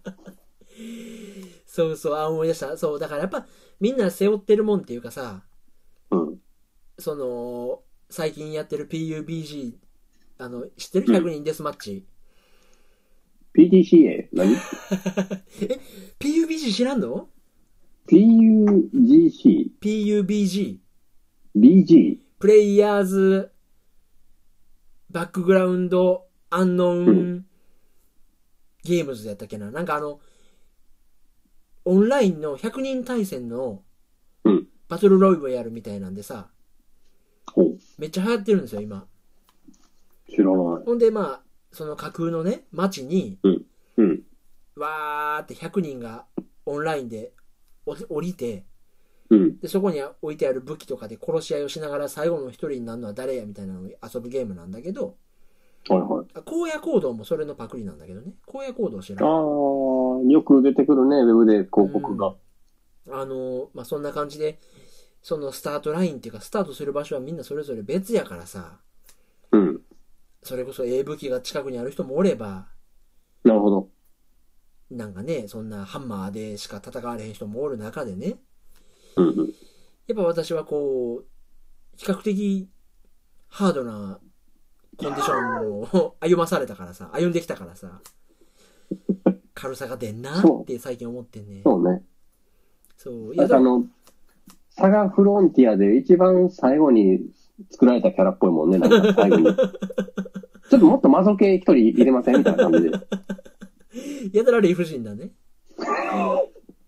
そうそう、あ、思い出した。そう、だからやっぱみんな背負ってるもんっていうかさ、 うん。 その、最近やってる ピーユービージー、あの、知ってる ?ひゃく 人デスマッチ。 ピーティーシーエー? 何？ え ピーユービージー 知らんの？ ピーユージーシー? ピーユービージー。 ビージー? プレイヤーズバックグラウンドアンノーンゲームズやったっけな、なんかあのオンラインのひゃくにん対戦のバトルロイヤルみたいなんでさ、 うん、 めっちゃ流行ってるんですよ今。 知らない。 ほんでまあその架空のね街に、 うんうん、 わーってひゃくにんがオンラインで降りて、 うん、 でそこに置いてある武器とかで殺し合いをしながら最後の一人になるのは誰やみたいなのを遊ぶゲームなんだけど、 はいはい。 荒野行動もそれのパクリなんだけどね。荒野行動知らん。 ああ、 ー、よく出てくるね、ウェブで広告が。 うん、あの、まあ、そんな感じで、そのスタートラインっていうか、スタートする場所はみんなそれぞれ別やからさ。 うん。 それこそええ武器が近くにある人もおれば、 なるほど。 なんかね、そんなハンマーでしか戦われへん人もおる中でね。 うんうん。 やっぱ私はこう、比較的ハードなコンディションを歩まされたからさ、歩んできたからさ、軽さが出んなって最近思ってんね。 そうね。 そう。 いや、あの、サガフロンティアで一番最後に作られたキャラっぽいもんね、なんか最後に。ちょっともっと魔女系一人入れませんみたいな感じで。 やたら理不尽だね。 あ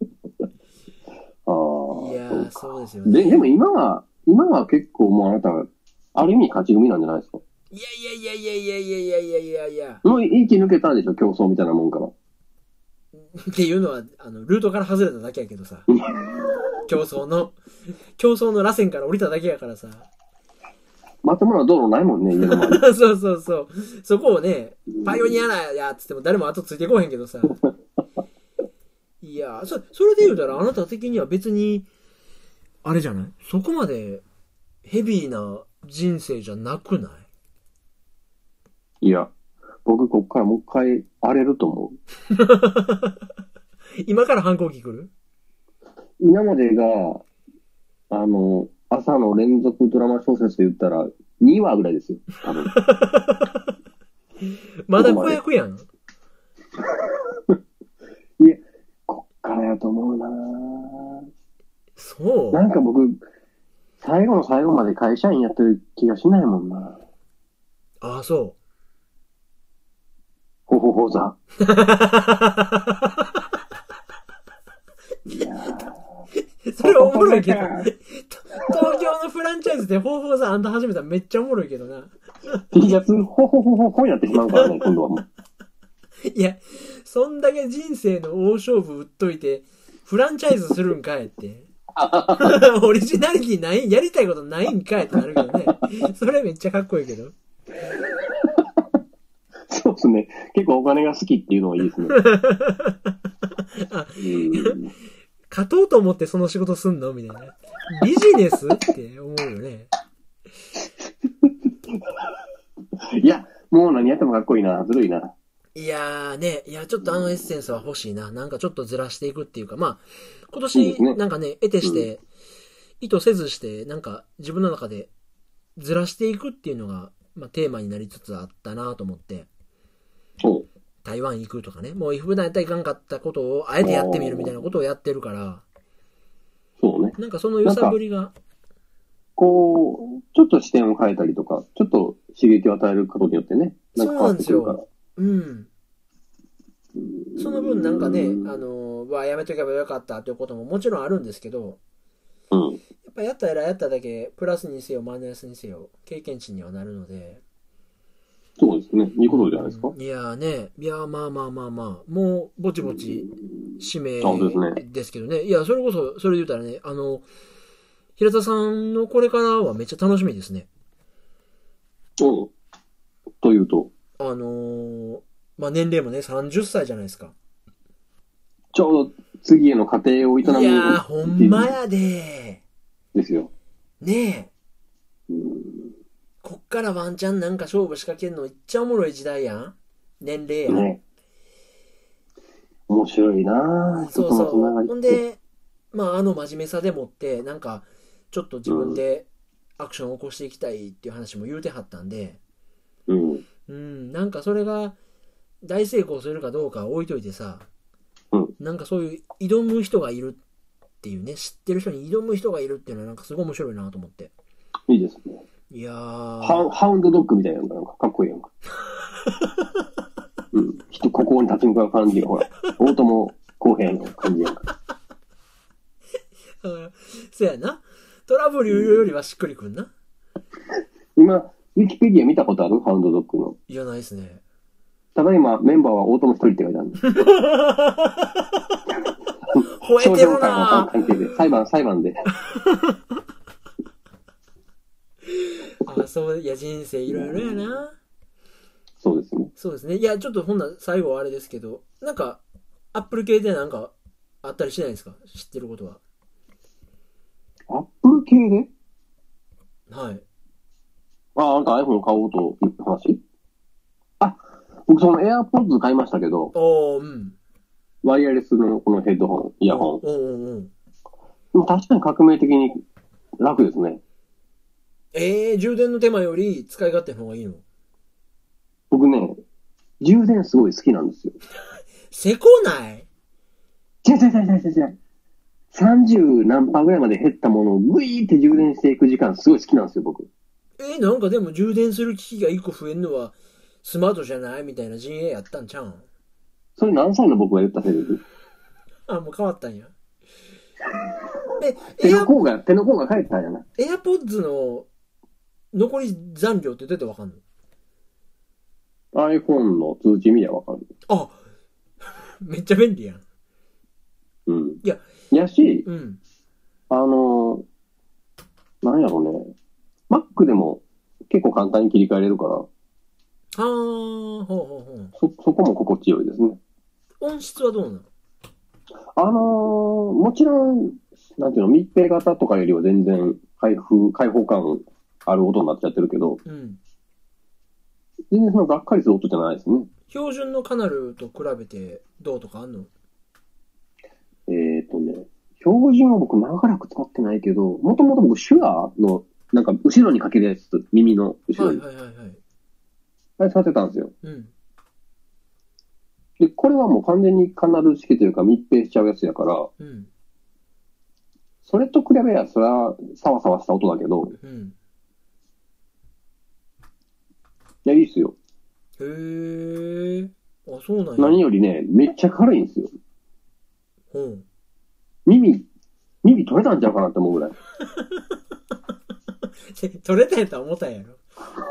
あ。 いやー、そうですよね。 で、でも今は、今は結構もうあなた、ある意味勝ち組なんじゃないですか。 いやいやいやいやいやいやいやいやいやいや。 もう生き抜けたんでしょ、競争みたいなもんから。 っていうのは、あの、ルートから外れただけやけどさ。競争の、競争の螺旋から降りただけやからさ。 まともな道路ないもんね、家の前に。 そうそうそう。そこをね、パイオニアなやっつっても誰も後ついてこへんけどさ。いや、そ、それで言うたらあなた的には別に、あれじゃない？そこまでヘビーな人生じゃなくない？ いや、僕こっからもう一回荒れると思う。 今から反抗期来る？ 今までが、あの、朝の連続ドラマ小説で言ったらにわぐらいですよ、多分。 まだ子役やん。 いや、こっからやと思うなぁ。 そう。 なんか僕、最後の最後まで会社員やってる気がしないもんな。 ああ、そう。 ほほほざ。いやーそれおもろいけど。東京のフランチャイズでほうほうざあんた始めたらめっちゃおもろいけどな。 T シャツ、ほほほほほになってしまうからね、今度はもう。 いや、そんだけ人生の大勝負売っといて、フランチャイズするんかいって。オリジナリティない、やりたいことないんかいってなるけどね。それめっちゃかっこいいけど。 そうですね。結構お金が好きっていうのはいいですね。 あ、勝とうと思ってその仕事すんのみたいな。ビジネスって思うよね。 いや、もう何やってもかっこいいな。ずるいな。 いやーね、いや、ちょっとあのエッセンスは欲しいな。なんかちょっとずらしていくっていうか、まあ、今年、なんかね、得てして、うん、意図せずして、なんか自分の中でずらしていくっていうのが、まあ、テーマになりつつあったなと思って。台湾行くとかね、もう普段やったらいかんかったことをあえてやってみるみたいなことをやってるから、 そうね。 なんかその揺さぶりが。 こう、ちょっと視点を変えたりとか、ちょっと刺激を与えることによってね、 なんか変わってくるから。そうなんですよ。うん。その分なんかね、あの、わ、やめとけばよかったということももちろんあるんですけど、 うん。 やっぱやったらやっただけ、プラスにせよ、マイナスにせよ、経験値にはなるので、 そうですね。いいことじゃないですか。 いやーね、いやーまあまあまあまあ、もうぼちぼち指名ですけどね。いや、それこそ、それで言ったらね、あの、平田さんのこれからはめっちゃ楽しみですね。 うん。というとあのー、まあ年齢もね、さんじゅっさいじゃないですか。 ちょうど次への過程を営む。 いやー、ほんまやでー。ですよ。 ねえ。うんこっからワンチャンなんか勝負仕掛けるのいっちゃおもろい時代やん。年齢やん。ね。 面白いなぁ。 そうそう。ほんで、まああの真面目さでもって、なんか、ちょっと自分でアクションを起こしていきたいっていう話も言うてはったんで、 うん。 うん、なんかそれが大成功するかどうかは置いといてさ、 うん。 なんかそういう挑む人がいるっていうね、知ってる人に挑む人がいるっていうのはなんかすごい面白いなと思って。 いいですね。 いやーハウ、ハウンドドッグみたいなのがなんかかっこいいやんか。うん。人、ここに立ち向かう感じが、ほら、大友公平の感じやんか。 そやな。トラブルよりはしっくりくんな。 今、ウィキペディア見たことあるハウンドドッグの。 いや、ないですね。 ただいま、メンバーは大友一人って書いてあるんです。 吠えてるなぁ。 関係で、裁判、裁判で。 あ、そう、いや、人生いろいろやな。 そうですね。 そうですね。いや、ちょっとほんな最後はあれですけど、なんか、 アップル系でなんかあったりしないですか？知ってることは。 アップル系ではい。 あ、なんか iPhone 買おうという話あ、僕その AirPods 買いましたけど、 おー、うん。 ワイヤレスのこのヘッドホン、イヤホン。 おーおーおー。 でも確かに革命的に楽ですね。 えー、充電の手間より使い勝手の方がいいの？ 僕ね、充電すごい好きなんですよ。 せこない？ 違う違う違う違う違う。さんじゅう何パーぐらいまで減ったものをグイーって充電していく時間すごい好きなんですよ、僕。 えー、なんかでも充電する機器がいっこ増えんのはスマートじゃないみたいな陣営やったんちゃうん？ それ何歳の僕が言ったセリフあ、もう変わったんや。え、 手エア、 の甲が、手の甲が帰ったんやな。 エアポッズの残り残量ってどうやってわかんの？ iPhone の通知見りゃわかる。 あ、めっちゃ便利やん。 うん。 いや、 やし、 うん。 あのー、なんやろね。Mac でも結構簡単に切り替えれるから、 はー、ほうほうほう。 そ、そこも心地よいですね。 音質はどうなの？ あのー、もちろん、なんていうの、密閉型とかよりは全然開封、開放感ある音になっちゃってるけど、 うん。 全然そのがっかりする音じゃないですね。 標準のカナルと比べてどうとかあんの？ えっとね、標準は僕長らく使ってないけど、もともと僕シュアの、なんか後ろにかけるやつ、耳の後ろに。 はいはいはいはい。 あれ使ってたんですよ。 うん。 で、これはもう完全にカナル式というか密閉しちゃうやつやから、 うん。 それと比べりゃそれはサワサワした音だけど、 うん。 いや、いいっすよ。 へー。あ、そうなんや。 何よりね、めっちゃ軽いんですよ。 ほう。 耳、耳取れたんちゃうかなって思うぐらい。 取れたやとは思ったんやろ。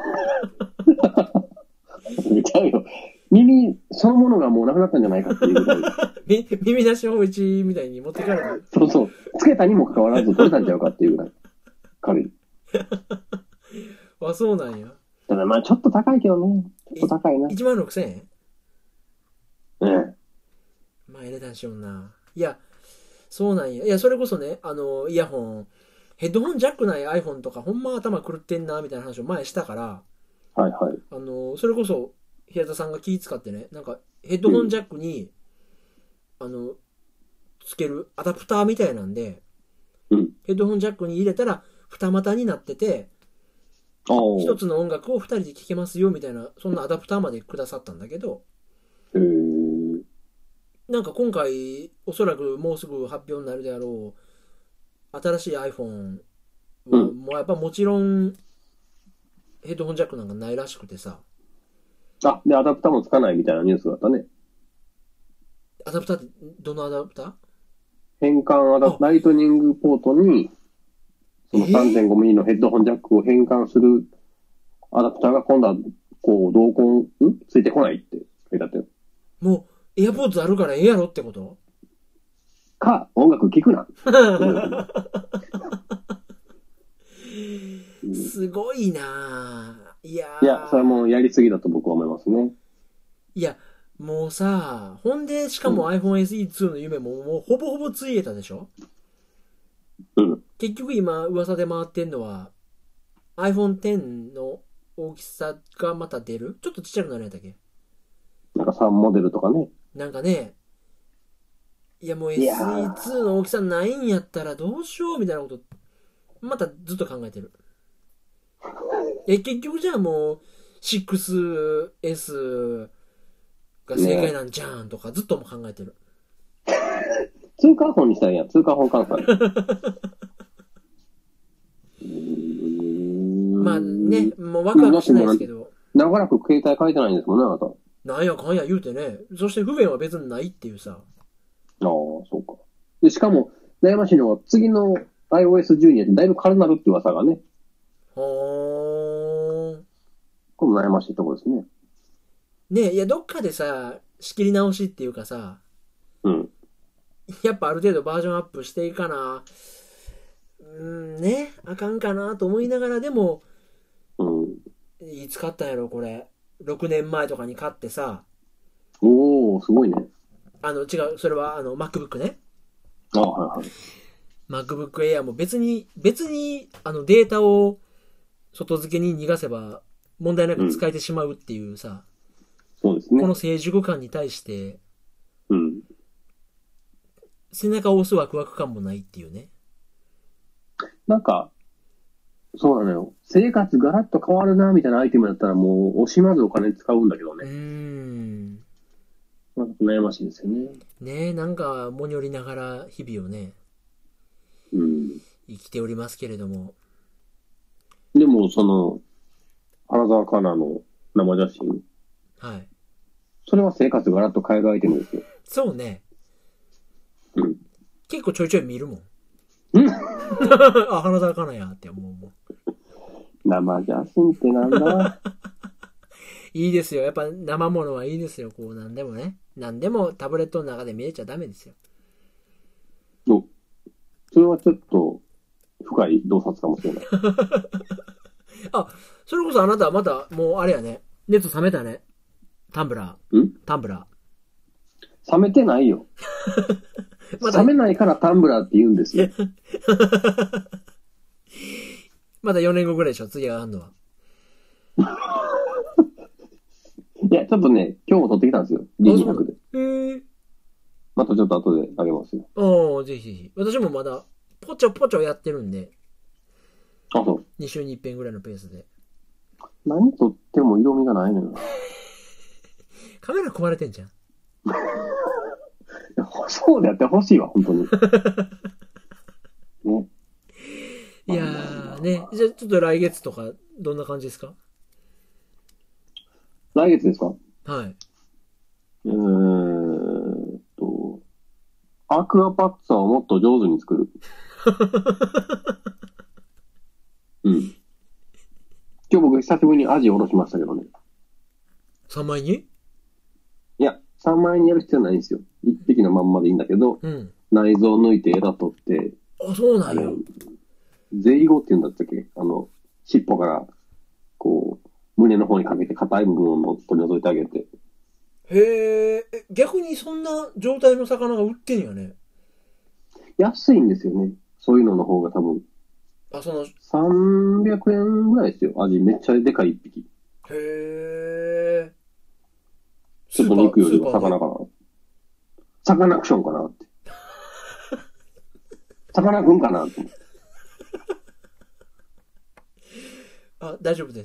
ちゃうよ。耳そのものがもうなくなったんじゃないかっていうぐらい。 み耳なし法一みたいに持ってかれた。 そうそう。つけたにもかかわらず取れたんちゃうかっていうぐらい。軽い。 あ、そうなんや。 ただまあちょっと高いけどね。ちょっと高いな。 いちまんろくせんえん？ ええ。 まあ、ええ値段しような。いや、そうなんや。いや、それこそね、あの、イヤホン、ヘッドホンジャックない iPhone とか、ほんま頭狂ってんな、みたいな話を前したから、 はいはい。 あの、それこそ、平田さんが気使ってね、なんか、ヘッドホンジャックに、うん、あの、つけるアダプターみたいなんで、 うん、 ヘッドホンジャックに入れたら、二股になってて、一つの音楽を二人で聴けますよ、みたいな、そんなアダプターまでくださったんだけど、 へー。 なんか今回、おそらくもうすぐ発表になるであろう、新しい iPhone は、もうやっぱもちろん、ヘッドホンジャックなんかないらしくてさ。 あ、で、アダプターもつかないみたいなニュースがあったね。 アダプターって、どのアダプター？ 変換アダプ、ライトニングポートに、その さんてんごミリ のヘッドホンジャックを変換するアダプターが今度は、こう、同梱、んついてこないって書いてあったよ。 もう、エアポーツあるからええやろってこと？ か、音楽聴くな。 すごいなぁ。いやいや、それはもうやりすぎだと僕は思いますね。 いや、もうさ、ほんで、しかも アイフォンエスイーツー の夢ももうほぼほぼついえたでしょ？ うん。 結局今噂で回ってんのは アイフォンテン の大きさがまた出る？ちょっとちっちゃくなるんやったっけ？ なんかさんモデルとかね。 なんかね、いやもう エスイーツー の大きさないんやったらどうしようみたいなこと、またずっと考えてる。え、結局じゃあもう シックスエス が正解なんじゃんとかずっとも考えてる。 通過本にしたらいいやん。通過本換算。 まあね、もうワクワクしないですけど。 長らく携帯変えてないんですもんね、あなた。 なんやかんや言うてね。そして不便は別にないっていうさ。ああ、そうか。で、しかも、悩ましいのは、次の アイオーエスじゅうに ってだいぶ軽なるって噂がね。 ほーん。 この悩ましいところですね。 ねえ、いや、どっかでさ、仕切り直しっていうかさ、 うん。 やっぱある程度バージョンアップしていかな、うーん、ね、あかんかなと思いながらでも、 うん。 いつ買ったんやろ、これ。ろくねんまえとかに買ってさ、 おー、すごいね。 あの、違う、それはあの、MacBook ね。 あ、はいはい。 MacBook Air も別に、別に、あの、データを外付けに逃がせば問題なく使えてしまうっていうさ、 うん、そうですね。 この成熟感に対して、 うん。 背中を押すワクワク感もないっていうね。 なんか、そうなのよ。生活ガラッと変わるな、みたいなアイテムだったらもう惜しまずお金使うんだけどね。 うーん。 なんか悩ましいですよね。 ねえ、なんか、もにょりながら日々をね、 うん。 生きておりますけれども。 でも、その、花澤香菜の生写真。 はい。 それは生活ガラッと変えるアイテムですよ。 そうね。 うん。 結構ちょいちょい見るもん。 うんあ、花澤香菜やって思うもん。 生写真ってなんだいいですよ。やっぱ生ものはいいですよ。こうなんでもね。なんでもタブレットの中で見れちゃダメですよ。 お、それはちょっと深い洞察かもしれない。 あ、それこそあなたはまたもうあれやね。熱冷めたね。タンブラー。 んタンブラー。冷めてないよ。ま、冷めないからタンブラーって言うんですよ。 まだよねんごぐらいでしょ、次があんのは。 いや、ちょっとね、今日も撮ってきたんですよ。リニー博で。 へー。 またちょっと後であげますよ。 おー、ぜひぜひ。私もまだ、ポチョポチョやってるんで。 あ、そう。 に週に一遍ぐらいのペースで。 何撮っても色味がないのよ。 カメラ壊れてんじゃん。 そうでやってほしいわ、本当に。ね。 いやーね。じゃあちょっと来月とか、どんな感じですか？ 来月ですか？ はい。 えーっと、アクアパッツァをもっと上手に作る。うん。今日僕久しぶりにアジおろしましたけどね。 さんまいに？ いや、さんまいにやる必要ないんですよ。一匹のまんまでいいんだけど、 うん。 内臓抜いて枝取って、 あ、そうなんや。 ゼイゴって言うんだったっけ？あの、尻尾から、こう、胸の方にかけて硬い部分を取り除いてあげて。 へえ、逆にそんな状態の魚が売ってんやね。 安いんですよね。そういうのの方が多分。 あ、その、 さんびゃくえんぐらいですよ。味めっちゃでかい一匹。 へえ。 ちょっと肉よりは魚かな。サカナクションかなって。サカナクンかなって。 あ、大丈夫です。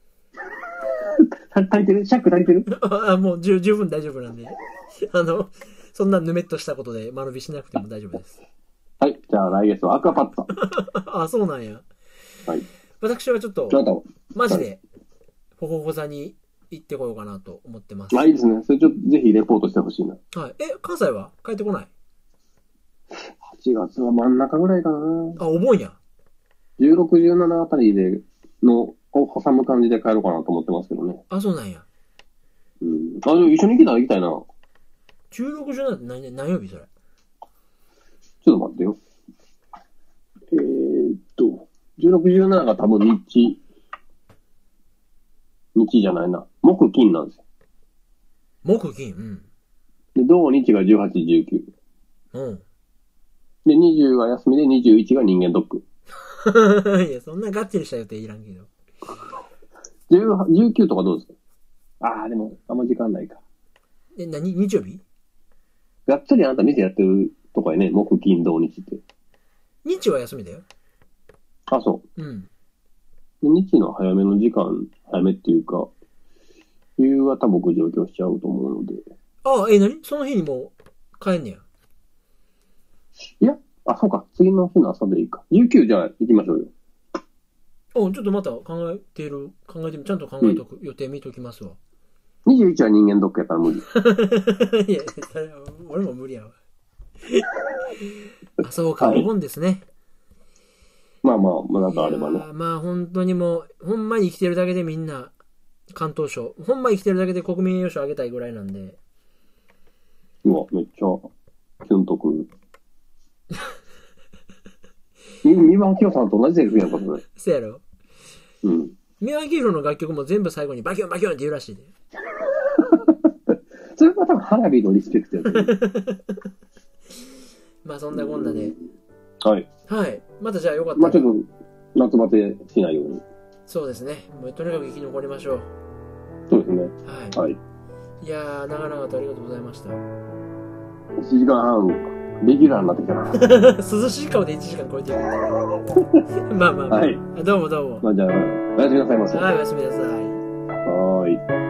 足りてる？シャック足りてる？ あ、もう十十分大丈夫なんで。あの、そんなぬめっとしたことで間延びしなくても大丈夫です。 はい。じゃあ来月はアクアパッツァ。 あ、そうなんや。 はい。 私はちょっと、マジで、ほほほ座に行ってこようかなと思ってます。 あ、いいですね。それちょっとぜひレポートしてほしいな。 はい。え、関西は帰ってこない？ はちがつは真ん中ぐらいかな。 あ、お盆や。 じゅうろく、じゅうななあたりで、の、を挟む感じで帰ろうかなと思ってますけどね。 あ、そうなんや。 うん。あ、でも一緒に行けたら行きたいな。 じゅうろく、じゅうななって何、何曜日それ？ ちょっと待ってよ。えーっと、じゅうろく、じゅうななが多分日、日じゃないな。木金なんですよ。 木金、うん。 で、土日がじゅうはち、じゅうきゅう。 うん。 で、にじゅうが休みでにじゅういちが人間ドック。 いや、そんなガッチリした予定いらんけど。 じゅう、じゅうきゅうとかどうですか？ああ、でも、あんま時間ないか。 え、何？日曜日？ がっつりあなた店やってるとこやね。木金土日って。 日は休みだよ。 あ、そう。うん。 で日の早めの時間、早めっていうか、夕方僕上京しちゃうと思うので。 ああ、え、何？その日にもう帰んねや。 いや、あ、そうか。次の日の朝でいいか。じゅうくじゃあ行きましょうよ。 お、ちょっとまた考えてる、考えてみ、ちゃんと考えとく、うん、予定見ときますわ。 にじゅういちは人間ドックやから無理。 いや、それ俺も無理やわ。あ、そうか、お盆ですね。 まあまあ、まあなんかあればね。 まあ本当にもう、ほんまに生きてるだけでみんな、関東省、ほんま生きてるだけで国民栄誉賞あげたいぐらいなんで。 うわ、めっちゃ、キュンとくる。三輪明宏さんと同じセリフやんか、それ。 そうやろ。 うん。 三輪明宏の楽曲も全部最後にバキュンバキュンって言うらしいで。 それは多分花火のリスペクトやと思う。 まあそんなこんなで。 はい。 はい。またじゃあよかったら。 まあちょっと、夏バテしないように。 そうですね。もうとにかく生き残りましょう。 そうですね。 はい。 はい。 いやー、長々とありがとうございました。 いちじかんはん、レギュラーになってきたな。 涼しい顔でいちじかん超えてる。まあまあまあ。 はい。 どうもどうも。 まあじゃあ、おやすみなさいませ。 はい、おやすみなさい。 はーい。